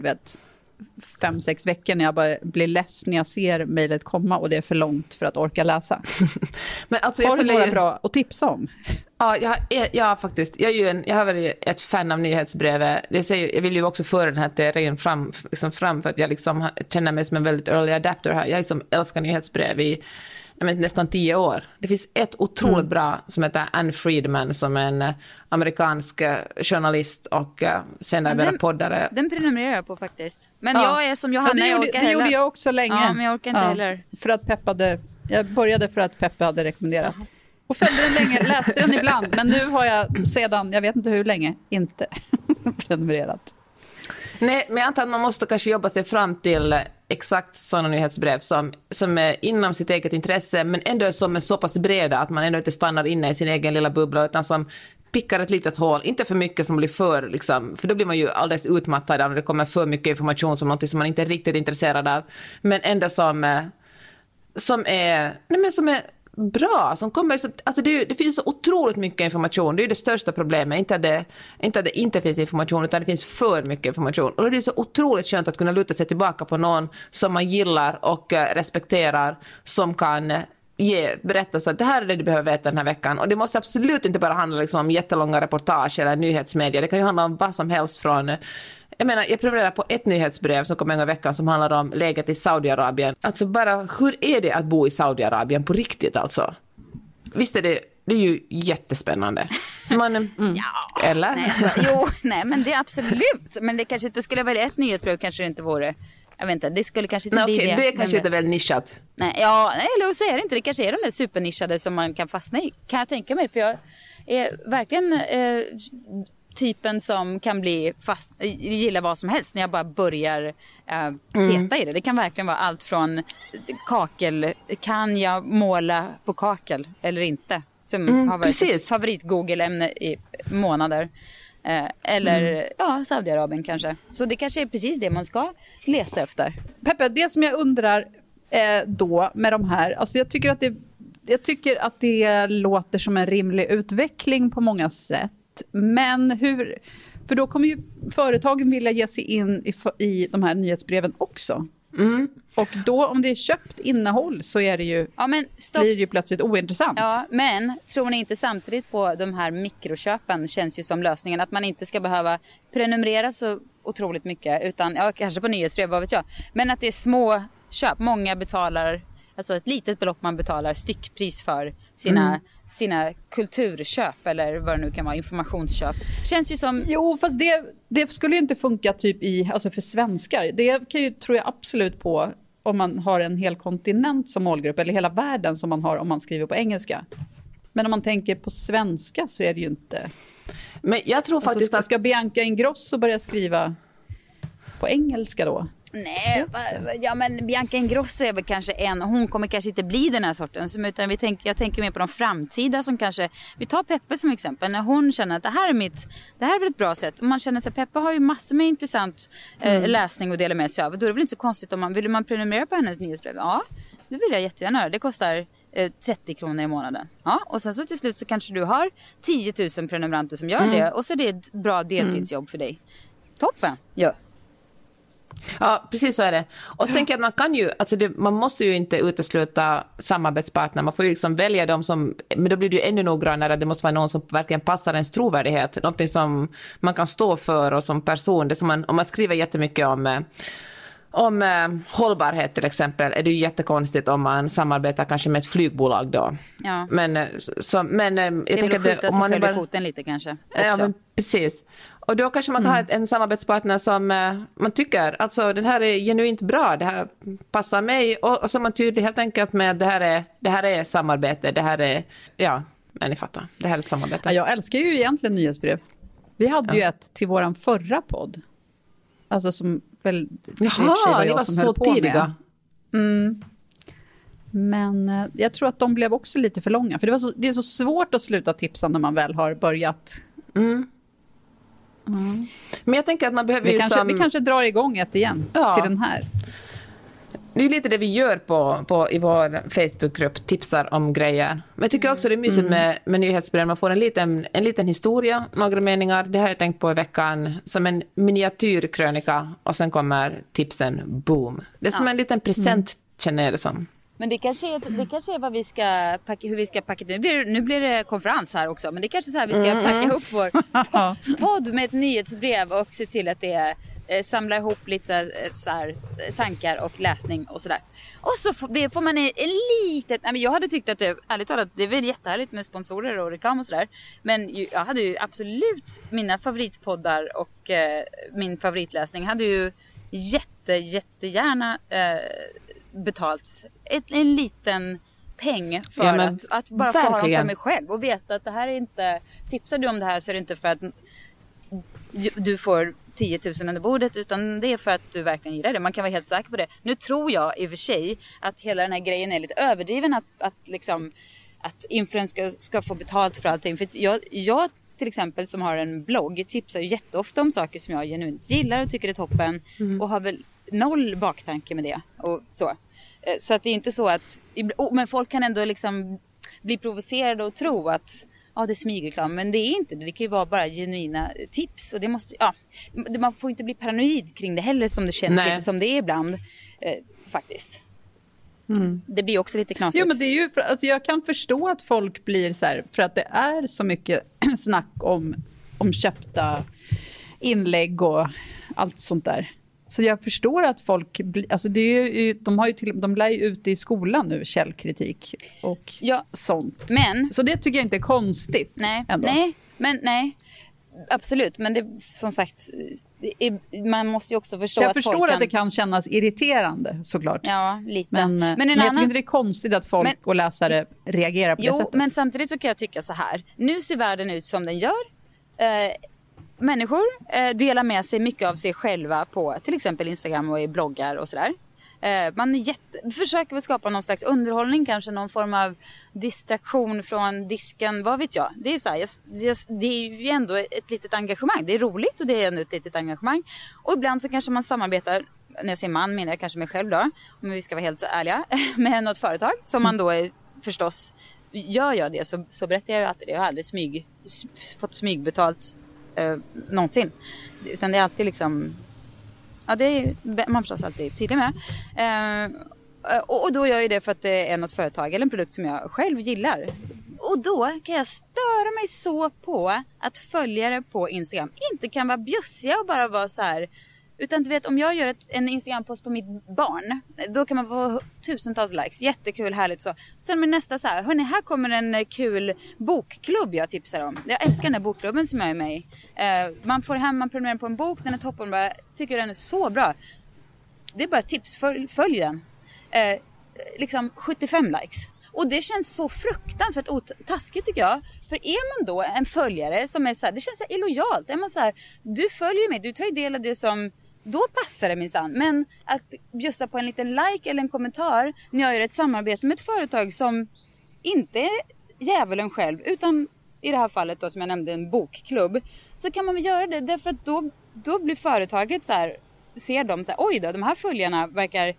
5-6 veckor när jag bara blir less när jag ser mejlet komma och det är för långt för att orka läsa. Men alltså, har du några bra att tipsa om? Ja, jag faktiskt. Jag har varit ett fan av nyhetsbrevet. Jag vill ju också föra den här teorin fram för att jag liksom känner mig som en väldigt early adapter här. Jag älskar nyhetsbrev i nästan 10 år. Det finns ett otroligt bra som heter Anne Friedman, som är en amerikansk journalist och senare poddare. Den prenumererar jag på faktiskt. Men jag är som Johanna, det gjorde jag också länge. Ja, men jag orkar inte heller. För att jag började för att Peppe hade rekommenderat. Och följde den länge, läste den ibland. Men nu har jag sedan, jag vet inte hur länge, inte prenumererat. Nej, men jag antar att man måste kanske jobba sig fram till exakt sådana nyhetsbrev som är inom sitt eget intresse, men ändå som är så pass breda att man ändå inte stannar inne i sin egen lilla bubbla, utan som pickar ett litet hål. Inte för mycket som blir för då blir man ju alldeles utmattad av när det kommer för mycket information som något som man inte är riktigt intresserad av, men ändå som är bra, som kommer alltså det finns så otroligt mycket information. Det är ju det största problemet, inte att det inte finns information, utan det finns för mycket information. Och det är så otroligt skönt att kunna luta sig tillbaka på någon som man gillar och respekterar, som kan berätta så att det här är det du behöver veta den här veckan. Och det måste absolut inte bara handla liksom om jättelånga reportage eller nyhetsmedia. Det kan ju handla om vad som helst från... Jag prenumererar på ett nyhetsbrev som kommer en gång i veckan som handlar om läget i Saudiarabien. Alltså bara, hur är det att bo i Saudiarabien på riktigt alltså? Visst är det är ju jättespännande. Så man, eller? Nej, men det är absolut. Men det kanske inte skulle välja ett nyhetsbrev, kanske det inte vore. Jag vet inte, det skulle kanske inte bli det. Det är kanske inte väl nischat. Nej, eller så är det inte. Det kanske är de där supernischade som man kan fastna i. Kan jag tänka mig, för jag är verkligen... typen som kan bli gilla vad som helst när jag bara börjar peta i det. Det kan verkligen vara allt från kakel, kan jag måla på kakel eller inte, som har varit ett favorit-Google-ämne i månader. Eller Saudiarabien kanske. Så det kanske är precis det man ska leta efter. Peppe, det som jag undrar då med de här, alltså jag tycker att det låter som en rimlig utveckling på många sätt. Men för då kommer ju företagen vilja ge sig in i de här nyhetsbreven också. Och då om det är köpt innehåll så är det ju, blir det ju plötsligt ointressant. Ja, men tror ni inte samtidigt på de här mikroköpen känns ju som lösningen, att man inte ska behöva prenumerera så otroligt mycket, utan kanske på nyhetsbrev, vad vet jag. Men att det är små köp, många betalar, alltså ett litet belopp man betalar styckpris för sina kulturköp eller vad det nu kan vara, informationsköp. Känns ju som... Jo, fast det skulle ju inte funka typ alltså för svenskar. Det kan ju, tror jag absolut på, om man har en hel kontinent som målgrupp, eller hela världen som man har om man skriver på engelska. Men om man tänker på svenska så är det ju inte... Men jag tror faktiskt ska Bianca Ingrosso börja skriva på engelska då? Nej, ja men Bianca Ingrosso är väl kanske hon kommer kanske inte bli den här sorten, utan jag tänker mer på de framtida som kanske, vi tar Peppe som exempel, när hon känner att det här är väl ett bra sätt, och man känner sig, Peppe har ju massor med intressant läsning och dela med sig av, då är det väl inte så konstigt om vill man prenumerera på hennes nyhetsbrev, ja det vill jag jättegärna göra, det kostar 30 kronor i månaden. Ja, och sen så till slut så kanske du har 10 000 prenumeranter som gör det, och så är det ett bra deltidsjobb för dig. Toppen, ja. Ja, precis så är det. Och så tänker jag att man kan ju, alltså man måste ju inte utesluta samarbetspartner. Man får ju liksom välja dem som, men då blir det ju ännu noggrannare. Det måste vara någon som verkligen passar ens trovärdighet. Någonting som man kan stå för och som person. Det som om man skriver jättemycket om hållbarhet till exempel, är det ju jättekonstigt om man samarbetar kanske med ett flygbolag då. Ja. Men jag tänker att det, om man är foten lite kanske också. Ja, men precis. Och då kanske man kan ha en samarbetspartner som man tycker, alltså den här är genuint bra, det här passar mig, och så är man tydlig helt enkelt med det här är samarbete, det här är, ja, men ni fattar, det här är ett samarbete. Ja, jag älskar ju egentligen nyhetsbrev. Vi hade ju ett till våran förra podd. Alltså som väl var jag som höll på tidiga. Med. Men jag tror att de blev också lite för långa. För det är så svårt att sluta tipsa när man väl har börjat. Men jag tänker att man behöver vi kanske drar igång ett igen till den här. Det är lite det vi gör i vår Facebookgrupp, tipsar om grejer. Men jag tycker också det är mysigt med nyhetsbrev. Man får en liten historia, några meningar. Det har jag tänkt på i veckan som en miniatyrkrönika, och sen kommer tipsen, boom. Det är som en liten present, känner jag det som. Men det kanske är vad vi ska hur vi ska packa det. Nu blir det konferens här också, men det är kanske så här vi ska packa ihop vår podd med ett nyhetsbrev och se till att det samla ihop lite så här tankar och läsning och sådär. Och så får man en litet... Jag hade tyckt att ärligt talat, det är väl jättehärligt med sponsorer och reklam och sådär. Men jag hade ju absolut mina favoritpoddar och min favoritläsning hade ju jättegärna betalt en liten peng för att bara få ha dem för mig själv och veta att det här är inte... Tipsar du om det här så är det inte för att du får 10 000 under bordet, utan det är för att du verkligen gillar det. Man kan vara helt säker på det. Nu tror jag i och för sig att hela den här grejen är lite överdriven, att influencer ska få betalt för allting. För jag till exempel som har en blogg tipsar ju jätteofta om saker som jag genuint gillar och tycker är toppen och har väl noll baktanke med det och så. Så att det är inte så att men folk kan ändå liksom bli provocerade och tro att det är smygreklam, men det är inte det. Det kan ju vara bara genuina tips, och det måste, man får inte bli paranoid kring det heller, som det känns lite som det är ibland faktiskt. Det blir också lite knasigt. Jo, men det är ju alltså jag kan förstå att folk blir så här, för att det är så mycket snack om köpta inlägg och allt sånt där. Så jag förstår att folk alltså det är ju, de lär ju ute i skolan nu källkritik och sånt. Men så det tycker jag inte är konstigt. Nej. Absolut, men det som sagt man måste ju också förstå jag att förstår folk att det kan kännas irriterande såklart. Ja, lite. Men jag tycker inte det är konstigt att folk och läsare reagerar på det sättet. Men samtidigt så kan jag tycka så här. Nu ser världen ut som den gör. Människor delar med sig mycket av sig själva på till exempel Instagram och i bloggar och sådär. Man försöker väl skapa någon slags underhållning, kanske någon form av distraktion från disken, vad vet jag. Det är så här, det är ju ändå ett litet engagemang. Det är roligt och det är ändå ett litet engagemang. Och ibland så kanske man samarbetar, när jag säger man menar jag kanske mig själv då, om vi ska vara helt ärliga, med något företag som man då är, förstås, gör jag det så berättar jag att jag har aldrig fått smygbetalt någonsin. Utan det är alltid liksom man förstås alltid tydlig med. Och då gör jag det för att det är något företag eller en produkt som jag själv gillar. Och då kan jag störa mig så på att följare på Instagram inte kan vara bjussiga och bara vara så här. Utan du vet, om jag gör en Instagram-post på mitt barn, då kan man få tusentals likes. Jättekul, härligt så. Sen med nästa så här, hörni, här kommer en kul bokklubb jag tipsar om. Jag älskar den här bokklubben som jag är med i. Man får hem, man prenumererar på en bok, den är toppen, bara tycker den är så bra. Det är bara tips, följ den. Liksom 75 likes. Och det känns så fruktansvärt taskigt tycker jag. För är man då en följare som är så här, det känns så illojalt. Är man så här, du följer mig, du tar ju del av det som då passar det minsann. Men att bjussa på en liten like eller en kommentar när jag gör ett samarbete med ett företag som inte är djävulen själv, utan i det här fallet då, som jag nämnde, en bokklubb, så kan man väl göra det därför att då blir företaget så här, ser de så här, oj då, de här följarna verkar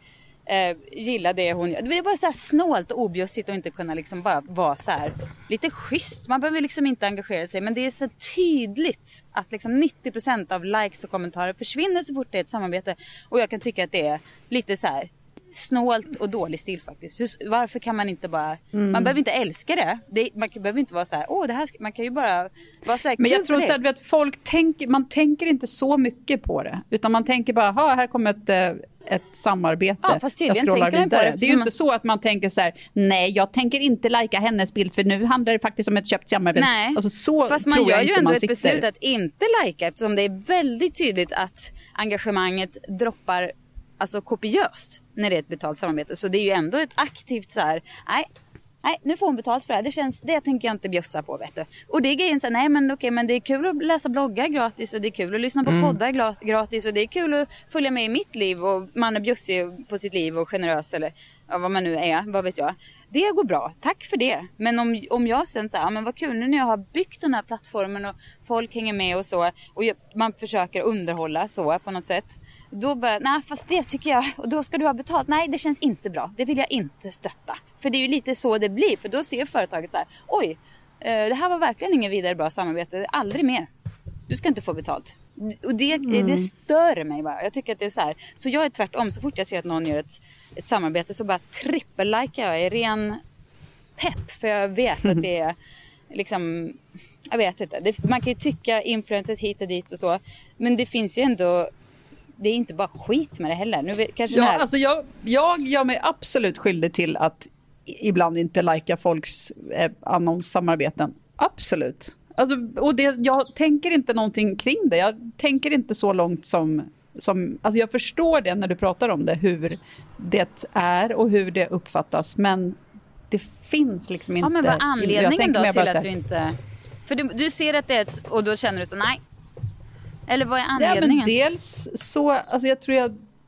gilla det hon gör. Det blir bara så här snålt och objussigt och inte kunna liksom bara vara så här lite schysst. Man behöver liksom inte engagera sig, men det är så tydligt att liksom 90% av likes och kommentarer försvinner så fort det är ett samarbete, och jag kan tycka att det är lite så här snålt och dålig stil faktiskt. Varför kan man inte bara man behöver inte älska det. Man behöver inte vara så här, det här man kan ju bara vara så här. Men jag tror så att folk tänker inte så mycket på det, utan man tänker bara, här kommer ett samarbete. Ja, fast jag scrollar vidare. Det är ju inte så att man tänker så här, nej, jag tänker inte lajka hennes bild för nu handlar det faktiskt om ett köpt samarbete. Nej, alltså, så fast man gör ju ändå ett beslut att inte lajka, eftersom det är väldigt tydligt att engagemanget droppar alltså kopiöst när det är ett betalt samarbete. Så det är ju ändå ett aktivt så här, nej, nu får hon betalt för det. Det tänker jag inte bjussa på, vet du. Och det är grejen så här, nej men okej, men det är kul att läsa bloggar gratis, och det är kul att lyssna på poddar gratis, och det är kul att följa med i mitt liv, och man är bjussig på sitt liv och generös, eller vad man nu är, vad vet jag. Det går bra, tack för det. Men om jag sen så här, men vad kul, nu när jag har byggt den här plattformen och folk hänger med och så, och man försöker underhålla så på något sätt, då nej, fast det tycker jag, och då ska du ha betalt. Nej, det känns inte bra. Det vill jag inte stötta. För det är ju lite så det blir. För då ser företaget så här, oj, det här var verkligen ingen vidare bra samarbete. Aldrig mer. Du ska inte få betalt. Och det stör mig bara. Jag tycker att det är så här. Så jag är tvärtom. Så fort jag ser att någon gör ett samarbete så bara trippellikar jag i ren pepp. För jag vet att det är liksom, jag vet inte. Man kan ju tycka influencers hit och dit och så. Men det finns ju ändå, det är inte bara skit med det heller. Nu, kanske alltså jag gör mig absolut skyldig till att ibland inte lajka folks annonssamarbeten. Absolut. Alltså, och jag tänker inte någonting kring det. Jag tänker inte så långt som alltså jag förstår det när du pratar om det, hur det är och hur det uppfattas, men det finns liksom inte. Ja, men vad är anledningen då till att du inte, för du ser att det är ett, och då känner du så nej. Eller vad är anledningen? Ja, men dels så, alltså jag tror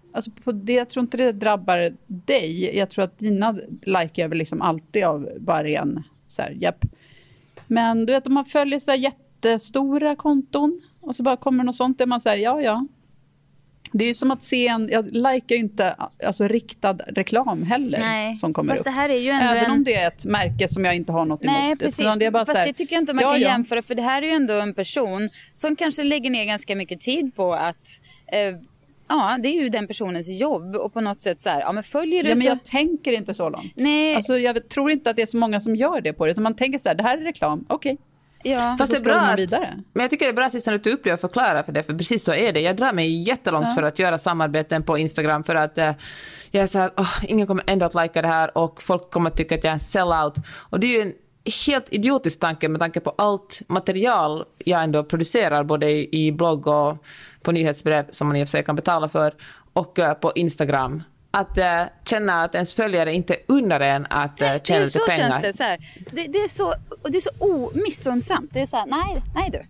inte det drabbar dig. Jag tror att dina like är väl liksom alltid av bara ren så här, japp. Men du vet, om man följer så här jättestora konton och så bara kommer något sånt där man säger ja. Det är ju som att se jag likar ju inte alltså riktad reklam heller. Nej, som kommer fast upp. Det här är ju ändå även om det är ett märke som jag inte har något emot. Nej, precis. Det är bara fast så här, det tycker jag inte man kan jämföra, för det här är ju ändå en person som kanske lägger ner ganska mycket tid på att det är ju den personens jobb, och på något sätt så här, men följer du men så... jag tänker inte så långt. Nej. Alltså jag tror inte att det är så många som gör det på det, utan man tänker så här, det här är reklam, okej. Ja. Fast det är bra men jag tycker det är bra sist när du upplever och förklara för det, för precis så är det. Jag drar mig jättelångt för att göra samarbeten på Instagram, för att jag är så här, ingen kommer ändå att lajka det här och folk kommer att tycka att jag är en sellout. Och det är ju en helt idiotisk tanke med tanke på allt material jag ändå producerar, både i blogg och på nyhetsbrev som man i och för sig kan betala för, och på Instagram. Att känna att ens följare inte undrar en att tjäna lite pengar. Så känns det så här. Det är så, och det är så omissunnsamt. Det är så här, nej du.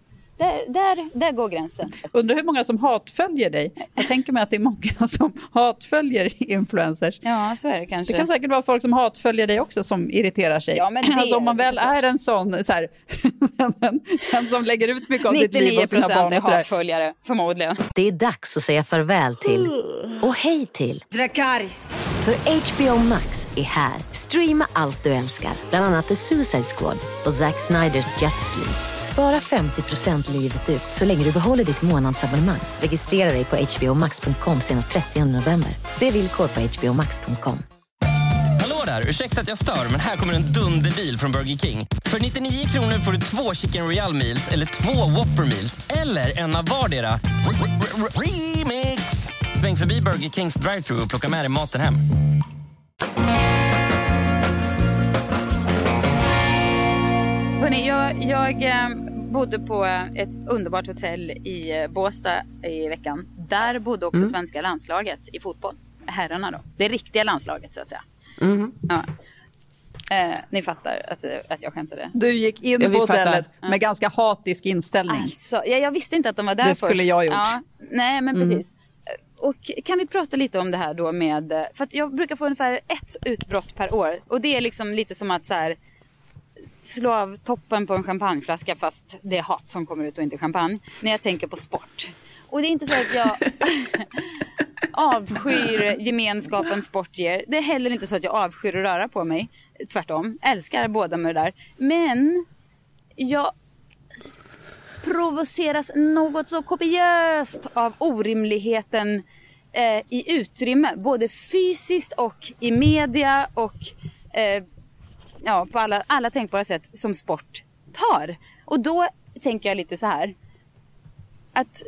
Där går gränsen. Undrar hur många som hatföljer dig. Jag tänker mig att det är många som hatföljer influencers. Ja, så är det kanske. Det kan säkert vara folk som hatföljer dig också som irriterar sig. Ja, men det alltså, om man väl är en sån så här, en som lägger ut mycket av sitt liv och sina barn. 99% är hatföljare, förmodligen. Det är dags att säga farväl till och hej till Dracarys. För HBO Max är här. Streama allt du älskar, bland annat The Suicide Squad och Zack Snyders Justice League. Spara 50% livet ut så länge du behåller ditt månadsabonnemang. Registrera dig på hbomax.com senast 30 november. Se villkor på hbomax.com. Hallå där, ursäkta att jag stör, men här kommer en dunderdeal från Burger King. För 99 kronor får du 2 Chicken Royal Meals eller 2 Whopper Meals eller en av vardera. Remix! Sväng förbi Burger Kings drive-thru och plocka med dig maten hem. Hörrni, jag bodde på ett underbart hotell i Båstad i veckan. Där bodde också svenska landslaget i fotboll. Herrarna då. Det riktiga landslaget så att säga. Ja. Ni fattar att jag skämtade. Du gick in på hotellet med ganska hatisk inställning. Alltså, jag visste inte att de var där först. Det skulle jag gjort. Ja, nej, men precis. Och kan vi prata lite om det här då med... För att jag brukar få ungefär 1 utbrott per år. Och det är liksom lite som att så här, slå av toppen på en champagneflaska fast det är hat som kommer ut och inte champagne. När jag tänker på sport. Och det är inte så att jag avskyr gemenskapen sport ger. Det är heller inte så att jag avskyr att röra på mig. Tvärtom, älskar båda med det där. Men jag provoceras något så kopiöst av orimligheten i utrymme. Både fysiskt och i media och på alla tänkbara sätt som sport tar. Och då tänker jag lite så här. Att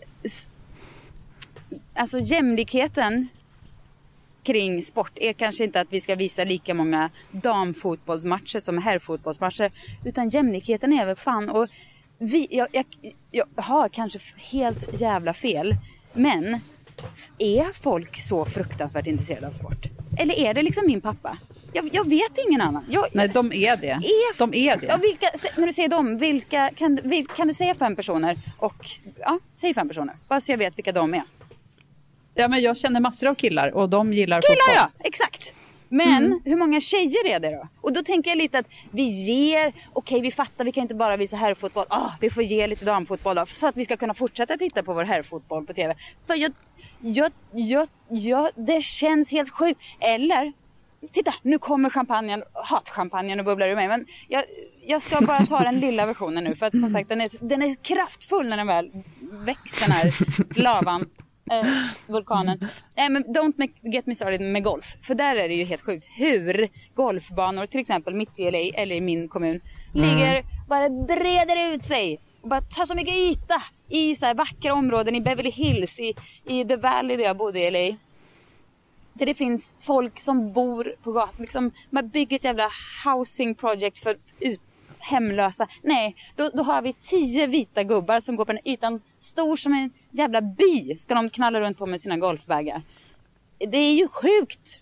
alltså jämlikheten kring sport är kanske inte att vi ska visa lika många damfotbollsmatcher som herrfotbollsmatcher, utan jämlikheten är väl fan, och jag har kanske helt jävla fel, men är folk så fruktansvärt intresserade av sport? Eller är det liksom min pappa? Jag vet ingen annan. Nej, de är det. De är det. Ja, när du säger dem, vilka kan du säga 5 personer? Och säg 5 personer. Bara så jag vet vilka de är. Ja, men jag känner massor av killar och de gillar fotboll. Killar, ja, exakt. Men hur många tjejer är det då? Och då tänker jag lite att vi ger, vi fattar, vi kan inte bara visa herrfotboll. Vi får ge lite damfotboll då, så att vi ska kunna fortsätta titta på vår herrfotboll på tv. För det känns helt sjukt. Eller, titta, nu kommer hatchampagnen och bubblar ur mig. Men jag ska bara ta den lilla versionen nu. För att som sagt, den är kraftfull när den väl växer, den här lavan. Vulkanen. Men don't get me started med golf. För där är det ju helt sjukt hur golfbanor, till exempel mitt i LA eller i min kommun, ligger, bara breder ut sig och bara tar så mycket yta i så här vackra områden i Beverly Hills, i The Valley där jag bodde i LA. Där det finns folk som bor på gatan. Liksom, man bygger ett jävla housing project för hemlösa. Nej, då har vi 10 vita gubbar som går på den ytan stor som en jävla by. Ska de knalla runt på med sina golfbägar. Det är ju sjukt.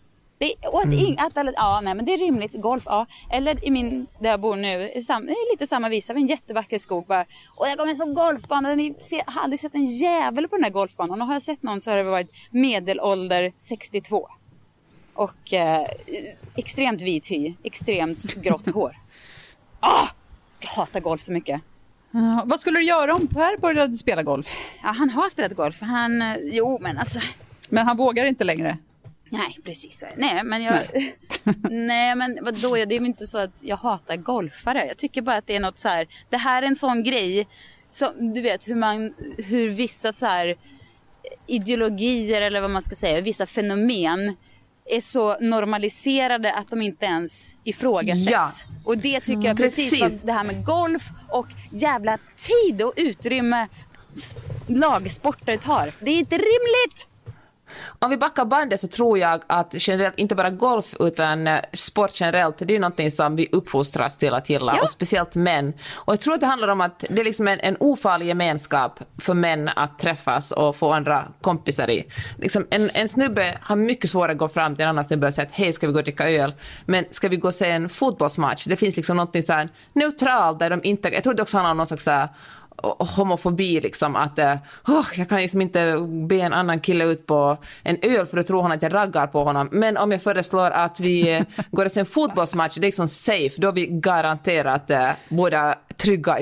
Men det är rimligt. Golf, ja. Eller där jag bor nu, det är lite samma visa. Vi har en jättevacker skog bara. Och jag kommer som golfbana. Jag har aldrig sett en jävel på den här golfbanan. Och har jag sett någon så har det varit medelålder 62. Och extremt vit hy. Extremt grått hår. Jag hatar golf så mycket. Vad skulle du göra om Per började spela golf? Ja, han har spelat golf. Men han vågar inte längre. Nej, precis så. Nej, men vadå? Det är väl inte så att jag hatar golfare. Jag tycker bara att det är något så här. Det här är en sån grej som du vet hur vissa så här ideologier eller vad man ska säga, vissa fenomen är så normaliserade att de inte ens ifrågasätts. Ja. Och det tycker jag precis vad det här med golf och jävla tid och utrymme lagsporter tar. Det är inte rimligt! Om vi backar bandet så tror jag att generellt, inte bara golf utan sport generellt, det är ju någonting som vi uppfostras till att gilla, och speciellt män. Och jag tror att det handlar om att det är liksom en ofarlig gemenskap för män att träffas och få andra kompisar i. Liksom en snubbe har mycket svårare att gå fram till en annan snubbe och säga att hej, ska vi gå och dricka öl? Men ska vi gå och se en fotbollsmatch? Det finns liksom någonting så här neutralt där de inte, jag tror det också handlar om någon slags så här homofobi liksom, att jag kan liksom inte be en annan kille ut på en öl för då tror han att jag raggar på honom, men om jag föreslår att vi går och ser en fotbollsmatch, det är liksom safe, då är vi garanterat båda trygga i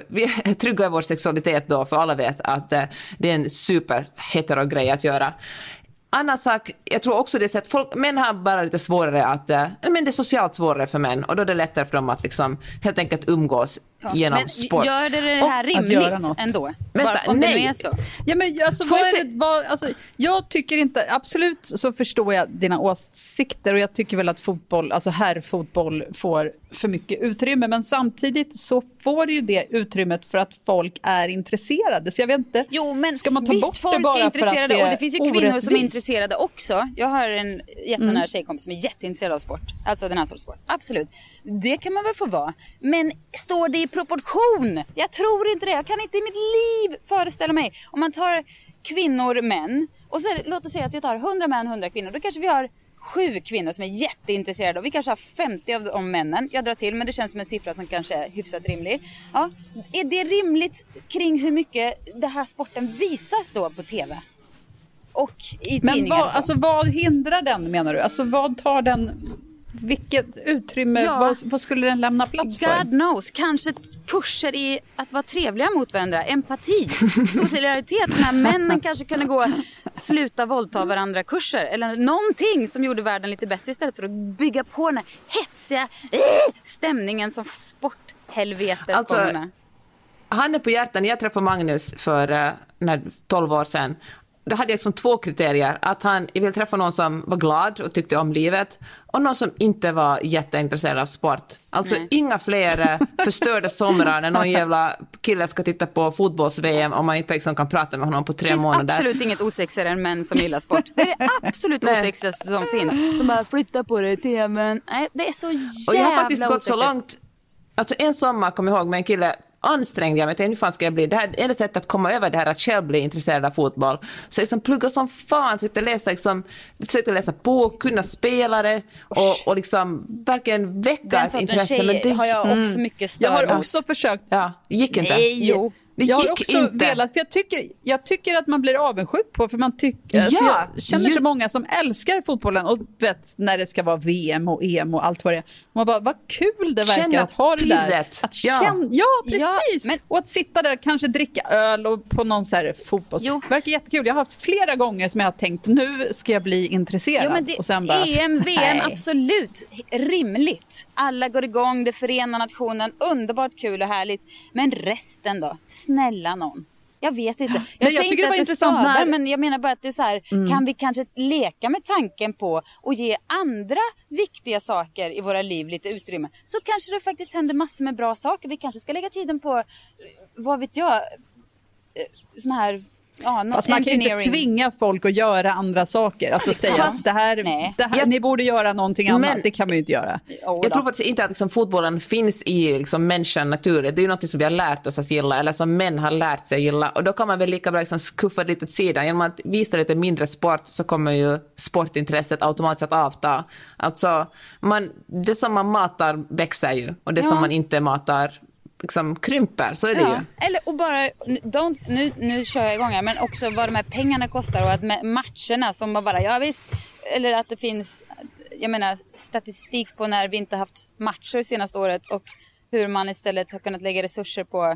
vår sexualitet då, för alla vet att det är en super hetero grej att göra. Annan sak, jag tror också det är att män har bara lite svårare att, men det är socialt svårare för män, och då är det lättare för dem att liksom helt enkelt umgås genom sport. Gör det här rimligt ändå? Vänta, om nej. det nu är så. Ja, men alltså, jag tycker inte, absolut så förstår jag dina åsikter, och jag tycker väl att fotboll, alltså herrfotboll får för mycket utrymme, men samtidigt så får ju det utrymmet för att folk är intresserade. Så jag vet inte, ska man ta bort folk det bara är intresserade, för att det och det finns ju kvinnor som är intresserade också. Jag har en jättenära tjejkompis som är jätteintresserad av sport, alltså den här sortens sport. Absolut, det kan man väl få vara, men står det i proportion? Jag tror inte det. Jag kan inte i mitt liv föreställa mig. Om man tar kvinnor, män, och så låt oss säga att vi tar 100 män, 100 kvinnor, då kanske vi har 7 kvinnor som är jätteintresserade, och vi kanske har 50 av de männen. Jag drar till, men det känns som en siffra som kanske är hyfsat rimlig. Ja. Är det rimligt kring hur mycket den här sporten visas då på tv? och i tidningar. Men vad hindrar den, menar du? Alltså vad tar den... Vilket utrymme, vad skulle den lämna plats för? God knows, kanske kurser i att vara trevliga mot varandra, empati, solidaritet, när männen kanske kunde gå sluta våldta varandra kurser, eller någonting som gjorde världen lite bättre istället för att bygga på den här hetsiga stämningen som sporthelvetet kommer med. Han är på hjärtan. Jag träffade Magnus för 12 år sedan. Då hade jag liksom 2 kriterier. Att jag ville träffa någon som var glad och tyckte om livet. Och någon som inte var jätteintresserad av sport. Alltså inga fler förstörda somrar när någon jävla kille ska titta på fotbolls-VM och man inte liksom kan prata med honom på 3 månader. Det finns absolut inget osexigare än män som gillar sport. Det är det absolut osexigaste som finns. Som bara flyttar på det i tvn. Nej, det är så jävla och jag har faktiskt gått så osexigt. långt. Alltså en sommar kom jag ihåg med en kille, ansträngde jag mig till hur fan ska jag bli. Det här är det sättet att komma över det här att själv bli intresserad av fotboll. Så jag liksom plugga som fan, försökte läsa på, kunna spela det och liksom verkligen väcka ett intresse. Men det har jag också mycket större. Jag har också försökt. Ja, gick inte. Nej, jo. Jag har också velat, för jag tycker att man blir avundsjuk på, för man tycker, alltså jag känner så många som älskar fotbollen och vet när det ska vara VM och EM och allt vad det är. Man bara, vad kul det verkar att ha det där. Att känna, precis. Men, och att sitta där, kanske dricka öl och på någon så här fotboll. Det verkar jättekul. Jag har haft flera gånger som jag har tänkt, nu ska jag bli intresserad. Men det, och sen bara, EM, VM, absolut rimligt. Alla går igång, det förenar nationen, underbart kul och härligt. Men resten då? Snälla någon. Jag vet inte. Jag säger inte att det skadar, men jag menar bara att det är så här, kan vi kanske leka med tanken på och ge andra viktiga saker i våra liv lite utrymme, så kanske det faktiskt händer massor med bra saker. Vi kanske ska lägga tiden på, vad vet jag, sån här fast man kan inte tvinga folk att göra andra saker. Alltså säga det här ni borde göra någonting annat. Det kan man ju inte göra. Jag tror faktiskt inte att liksom, fotbollen finns i liksom, människan naturen. Det är ju något som vi har lärt oss att gilla, eller som män har lärt sig att gilla. Och då kan man väl lika bra liksom, skuffa lite åt sidan. Genom att visa lite mindre sport så kommer ju sportintresset automatiskt att avta. Alltså, det som man matar växer ju. Och det som man inte matar liksom krymper, så är det ju. Eller och bara nu kör jag igång här, men också vad de här pengarna kostar och att matcherna som bara visst, eller att det finns, jag menar, statistik på när vi inte haft matcher senaste året och hur man istället har kunnat lägga resurser på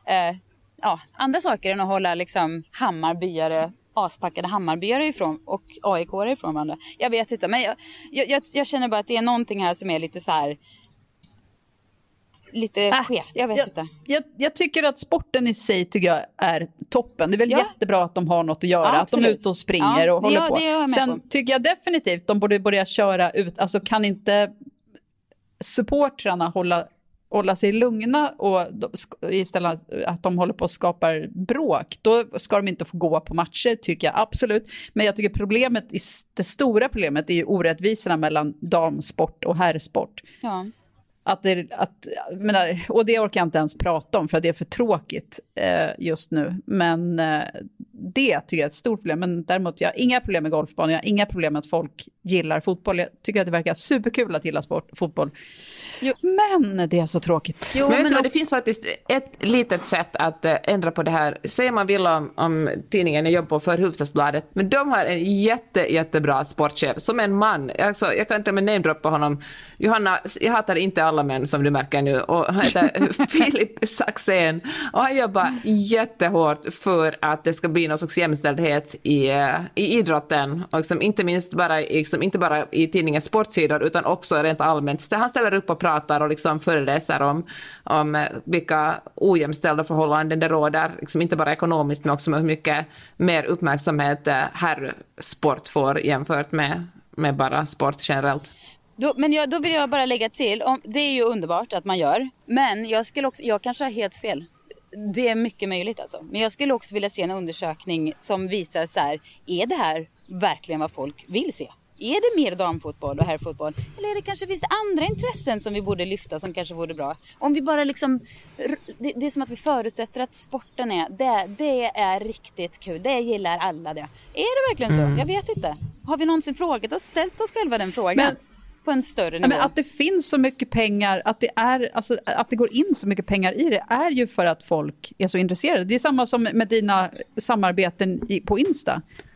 andra saker än att hålla liksom aspackade Hammarbyare ifrån och AIK-are ifrån varandra. Jag vet inte, men jag känner bara att det är någonting här som är lite så här lite skevt, jag vet inte. Jag tycker att sporten i sig tycker jag är toppen. Det är väl jättebra att de har något att göra, att de är ute och springer och håller på. Sen tycker jag definitivt de borde börja köra ut, alltså kan inte supportrarna hålla sig lugna och istället att de håller på och skapar bråk, då ska de inte få gå på matcher, tycker jag absolut. Men jag tycker det stora problemet är ju orättvisorna mellan damsport och herrsport. Ja. Och det orkar jag inte ens prata om för att det är för tråkigt just nu. Men det tycker jag är ett stort problem. Men däremot jag har inga problem med golfbanor. Jag har inga problem med att folk gillar fotboll. Jag tycker att det verkar superkul att gilla fotboll. Jo. Men det är så tråkigt. Men det finns faktiskt ett litet sätt att ändra på det här. Säger man vill om tidningen jag jobbar på för Hufvudstadsbladet. Men de har en jättebra sportchef som en man. Alltså, jag kan inte med namedroppa honom. Johanna, jag hatar inte alla män som du märker nu. Och han heter Filip Saxén. Och han jobbar jättehårt för att det ska bli någon slags jämställdhet i idrotten. Och liksom inte bara i tidningens sportsidor utan också rent allmänt. Så han ställer upp och pratar och liksom föreläser om vilka ojämställda förhållanden det råder. Liksom inte bara ekonomiskt men också med hur mycket mer uppmärksamhet herrsport får jämfört med bara sport generellt. Då vill jag bara lägga till, det är ju underbart att man gör, men jag kanske har helt fel. Det är mycket möjligt alltså. Men jag skulle också vilja se en undersökning som visar så här, är det här verkligen vad folk vill se? Är det mer damfotboll och herrfotboll? Eller är det kanske finns det andra intressen som vi borde lyfta som kanske vore bra? Om vi bara liksom, det är som att vi förutsätter att sporten det är riktigt kul. Det gillar alla det. Är det verkligen så? Jag vet inte. Har vi någonsin ställt oss själva den frågan? På en större nivå. Men att det finns så mycket pengar, att det går in så mycket pengar i det är ju för att folk är så intresserade. Det är samma som med dina samarbeten på Insta.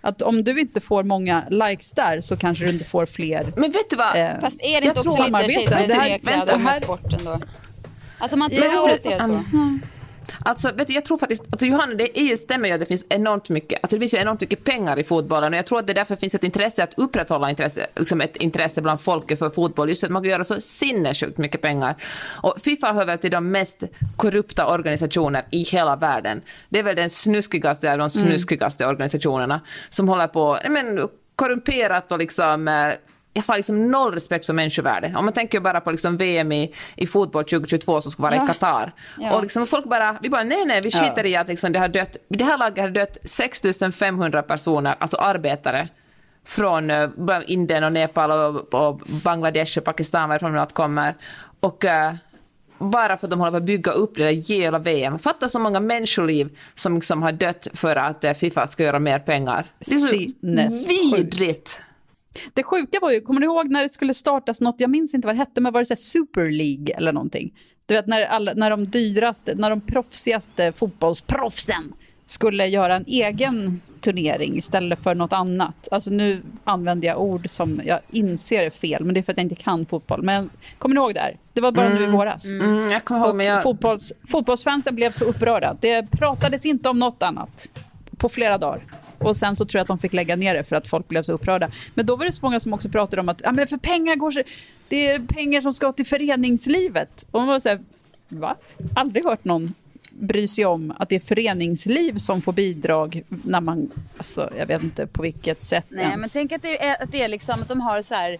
Att om du inte får många likes där så kanske du inte får fler. Men vet du vad? Fast är det inte också lite tjejkläder med sporten då? Alltså man tror att det är så. Alltså, vet du, jag tror faktiskt, alltså Johanna, det är ju stämmer ju att det finns enormt mycket, alltså det finns ju enormt mycket pengar i fotbollen, och jag tror att det därför finns ett intresse att upprätthålla liksom ett intresse bland folket för fotboll, just att man kan göra så sinnessjukt mycket pengar. Och FIFA hör väl till de mest korrupta organisationer i hela världen. Det är väl den snuskigaste av de snuskigaste organisationerna som håller på, korrumperat och liksom jag får liksom noll respekt för människovärde. Om man tänker bara på liksom VM i fotboll 2022 som ska vara i Qatar. Ja. Och liksom folk vi bara nej, vi skiter i att liksom det här laget har dött 6500 personer, alltså arbetare från Indien och Nepal och Bangladesh och Pakistan, varifrån de kommer. Och bara för att de håller på att bygga upp det där jävla VM. Fatta så många människoliv som liksom har dött för att FIFA ska göra mer pengar. Det är så vidrigt. Det sjuka var ju, kommer du ihåg när det skulle startas något, jag minns inte vad det hette, men var det så här Super League eller någonting? Du vet när de dyraste, när de proffsigaste fotbollsproffsen skulle göra en egen turnering istället för något annat. Alltså nu använder jag ord som jag inser är fel, men det är för att jag inte kan fotboll. Men kommer ni ihåg det här? Det var bara nu i våras. Jag kommer ihåg, men fotbollsfansen blev så upprörda. Det pratades inte om något annat på flera dagar. Och sen så tror jag att de fick lägga ner det för att folk blev så upprörda. Men då var det så många som också pratade om att men för pengar går så, det är pengar som ska till föreningslivet. Och man var så här, va? Aldrig hört någon bry sig om att det är föreningsliv som får bidrag när man, alltså jag vet inte på vilket sätt. Nej, ens. Men tänk att det är liksom att de har så här,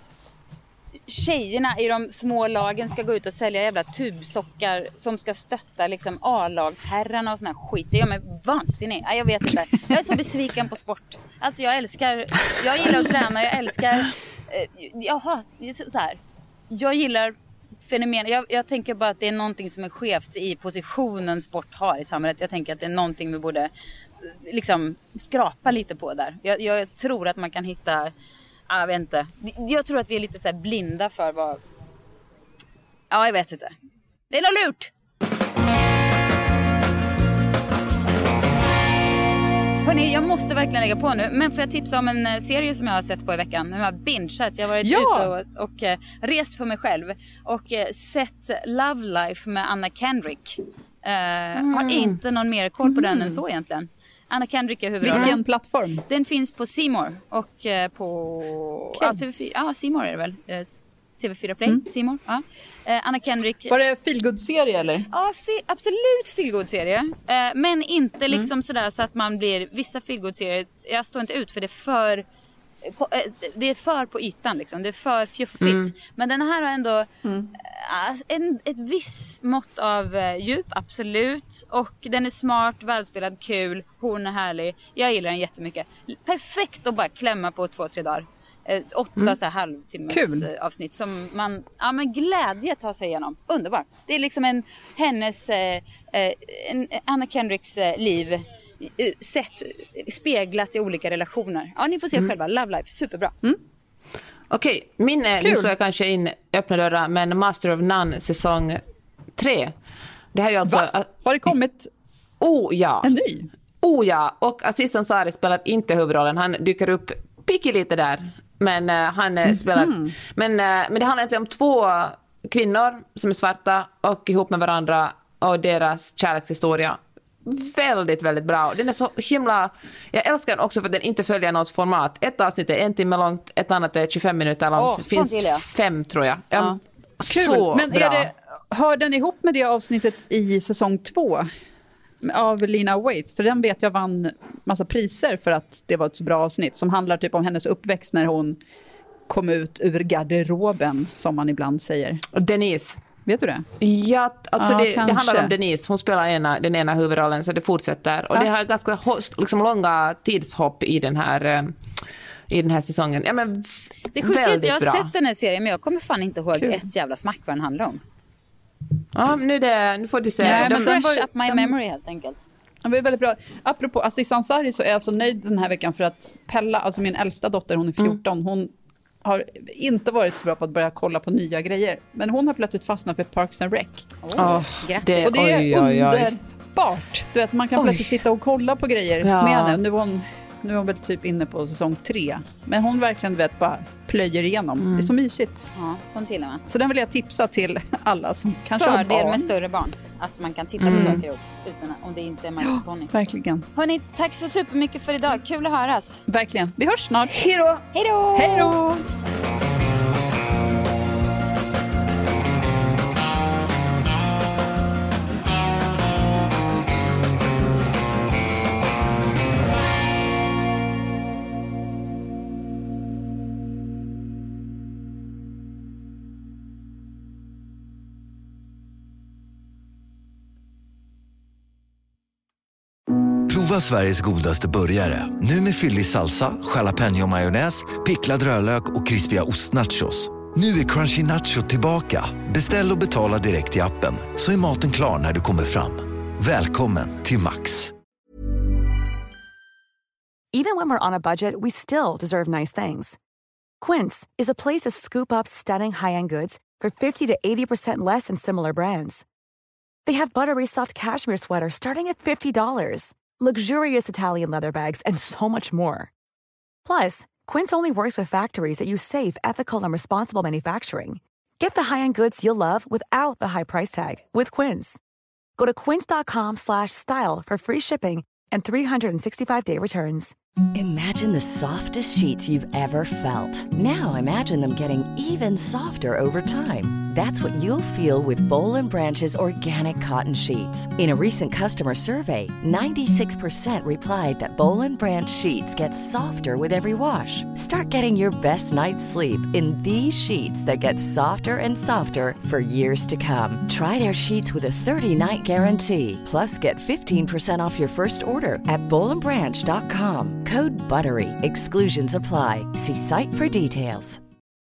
tjejerna i de små lagen ska gå ut och sälja jävla tubsockar som ska stötta liksom A-lagsherrarna och sån här skit. Det gör mig vansinnig. Jag vet inte. Jag är så besviken på sport. Alltså jag gillar att träna, jag älskar så här. Jag gillar fenomen. Jag tänker bara att det är någonting som är skevt i positionen sport har i samhället. Jag tänker att det är någonting vi borde liksom skrapa lite på där. Jag tror att man kan hitta, jag vet inte. Jag tror att vi är lite så här blinda för vad... Ja, jag vet inte. Det är något lurt! Hörrni, jag måste verkligen lägga på nu. Men får jag tipsa om en serie som jag har sett på i veckan? Nu har jag bingeat. Jag har varit ute och rest för mig själv. Och sett Love Life med Anna Kendrick. Har inte någon mer koll på den än så egentligen. Anna Kendrick är huvudrollen. Vilken plattform? Den finns på C More och på TV4. Ja, C More är det väl. TV4 Play, C More. Ja. Anna Kendrick. Var det feelgood-serie eller? Ja, absolut feelgood-serie. Men inte liksom sådär så att man blir... Vissa feelgood-serier, jag står inte ut för det är för på ytan liksom. Det är för fjuffigt. Men den här har ändå ett visst mått av djup, absolut. Och den är smart, välspelad, kul. Hon är härlig. Jag gillar den jättemycket. Perfekt att bara klämma på 2-3 dagar. 8 så här halvtimmes avsnitt som man med glädje tar sig igenom. Underbar. Det är liksom hennes Anna Kendricks liv sett speglat i olika relationer. Ja, ni får se själva. Love Life, superbra. Okej, nu slår jag kanske in öppna dörrar, men Master of None säsong 3. Det här är ju alltså... Har det kommit en ny? Ja, och Aziz Ansari spelar inte huvudrollen. Han dyker upp lite där, men han spelar... Men det handlar egentligen om 2 kvinnor som är svarta och ihop med varandra och deras kärlekshistoria. Väldigt, väldigt bra. Den är så himla... Jag älskar den också för att den inte följer något format. Ett avsnitt är 1 timme långt, ett annat är 25 minuter långt. Det finns 5 tror jag. Kul. Så men bra. Hör den ihop med det avsnittet i säsong 2 av Lena Waithe? För den vet jag vann massa priser för att det var ett så bra avsnitt som handlar typ om hennes uppväxt när hon kom ut ur garderoben, som man ibland säger. Denise. Vet du det? Ja, alltså det handlar om Denise. Hon spelar den ena huvudrollen, så det fortsätter. Och det har ganska liksom långa tidshopp i den här säsongen. Ja, men det är sjukt, jag har sett den här serien, men jag kommer fan inte ihåg ett jävla smack vad den handlar om. Ja, nu får du säga. Fresh up my memory helt enkelt. Ja, det är väldigt bra. Apropå Aziz Ansari så är jag så nöjd den här veckan för att Pella, alltså min äldsta dotter, hon är 14, hon har inte varit så bra på att börja kolla på nya grejer. Men hon har plötsligt fastnat för Parks and Rec. Det, och det är underbart. Du vet, man kan plötsligt sitta och kolla på grejer med henne. Nu är hon Nu är hon väl typ inne på säsong 3. Men hon verkligen bara plöjer igenom. Det är så mysigt. Ja, sånt gillar man. Så den vill jag tipsa till alla som kanske har barn. Fördel med större barn. Att man kan titta på saker ihop utan om det inte är My Pony. Verkligen. Hörrni, tack så supermycket för idag. Kul att höras. Verkligen. Vi hörs snart. Hej då! Hej då! Hej då! Prova Sveriges godaste burgare. Nu med fyllig salsa, jalapeño majonnäs, picklad rödlök och krispiga ostnachos. Nu är Crunchy Nacho tillbaka. Beställ och betala direkt i appen. Så är maten klar när du kommer fram. Välkommen till Max. Even when we're on a budget, we still deserve nice things. Quince is a place to scoop up stunning high-end goods for 50 to 80% less than similar brands. They have buttery soft cashmere sweaters starting at $50, luxurious Italian leather bags, and so much more. Plus, Quince only works with factories that use safe, ethical, and responsible manufacturing. Get the high-end goods you'll love without the high price tag with Quince. Go to quince.com/style for free shipping and 365-day returns. Imagine the softest sheets you've ever felt. Now imagine them getting even softer over time. That's what you'll feel with Boll & Branch's organic cotton sheets. In a recent customer survey, 96% replied that Boll & Branch sheets get softer with every wash. Start getting your best night's sleep in these sheets that get softer and softer for years to come. Try their sheets with a 30-night guarantee. Plus, get 15% off your first order at bollandbranch.com. Code BUTTERY. Exclusions apply. See site for details.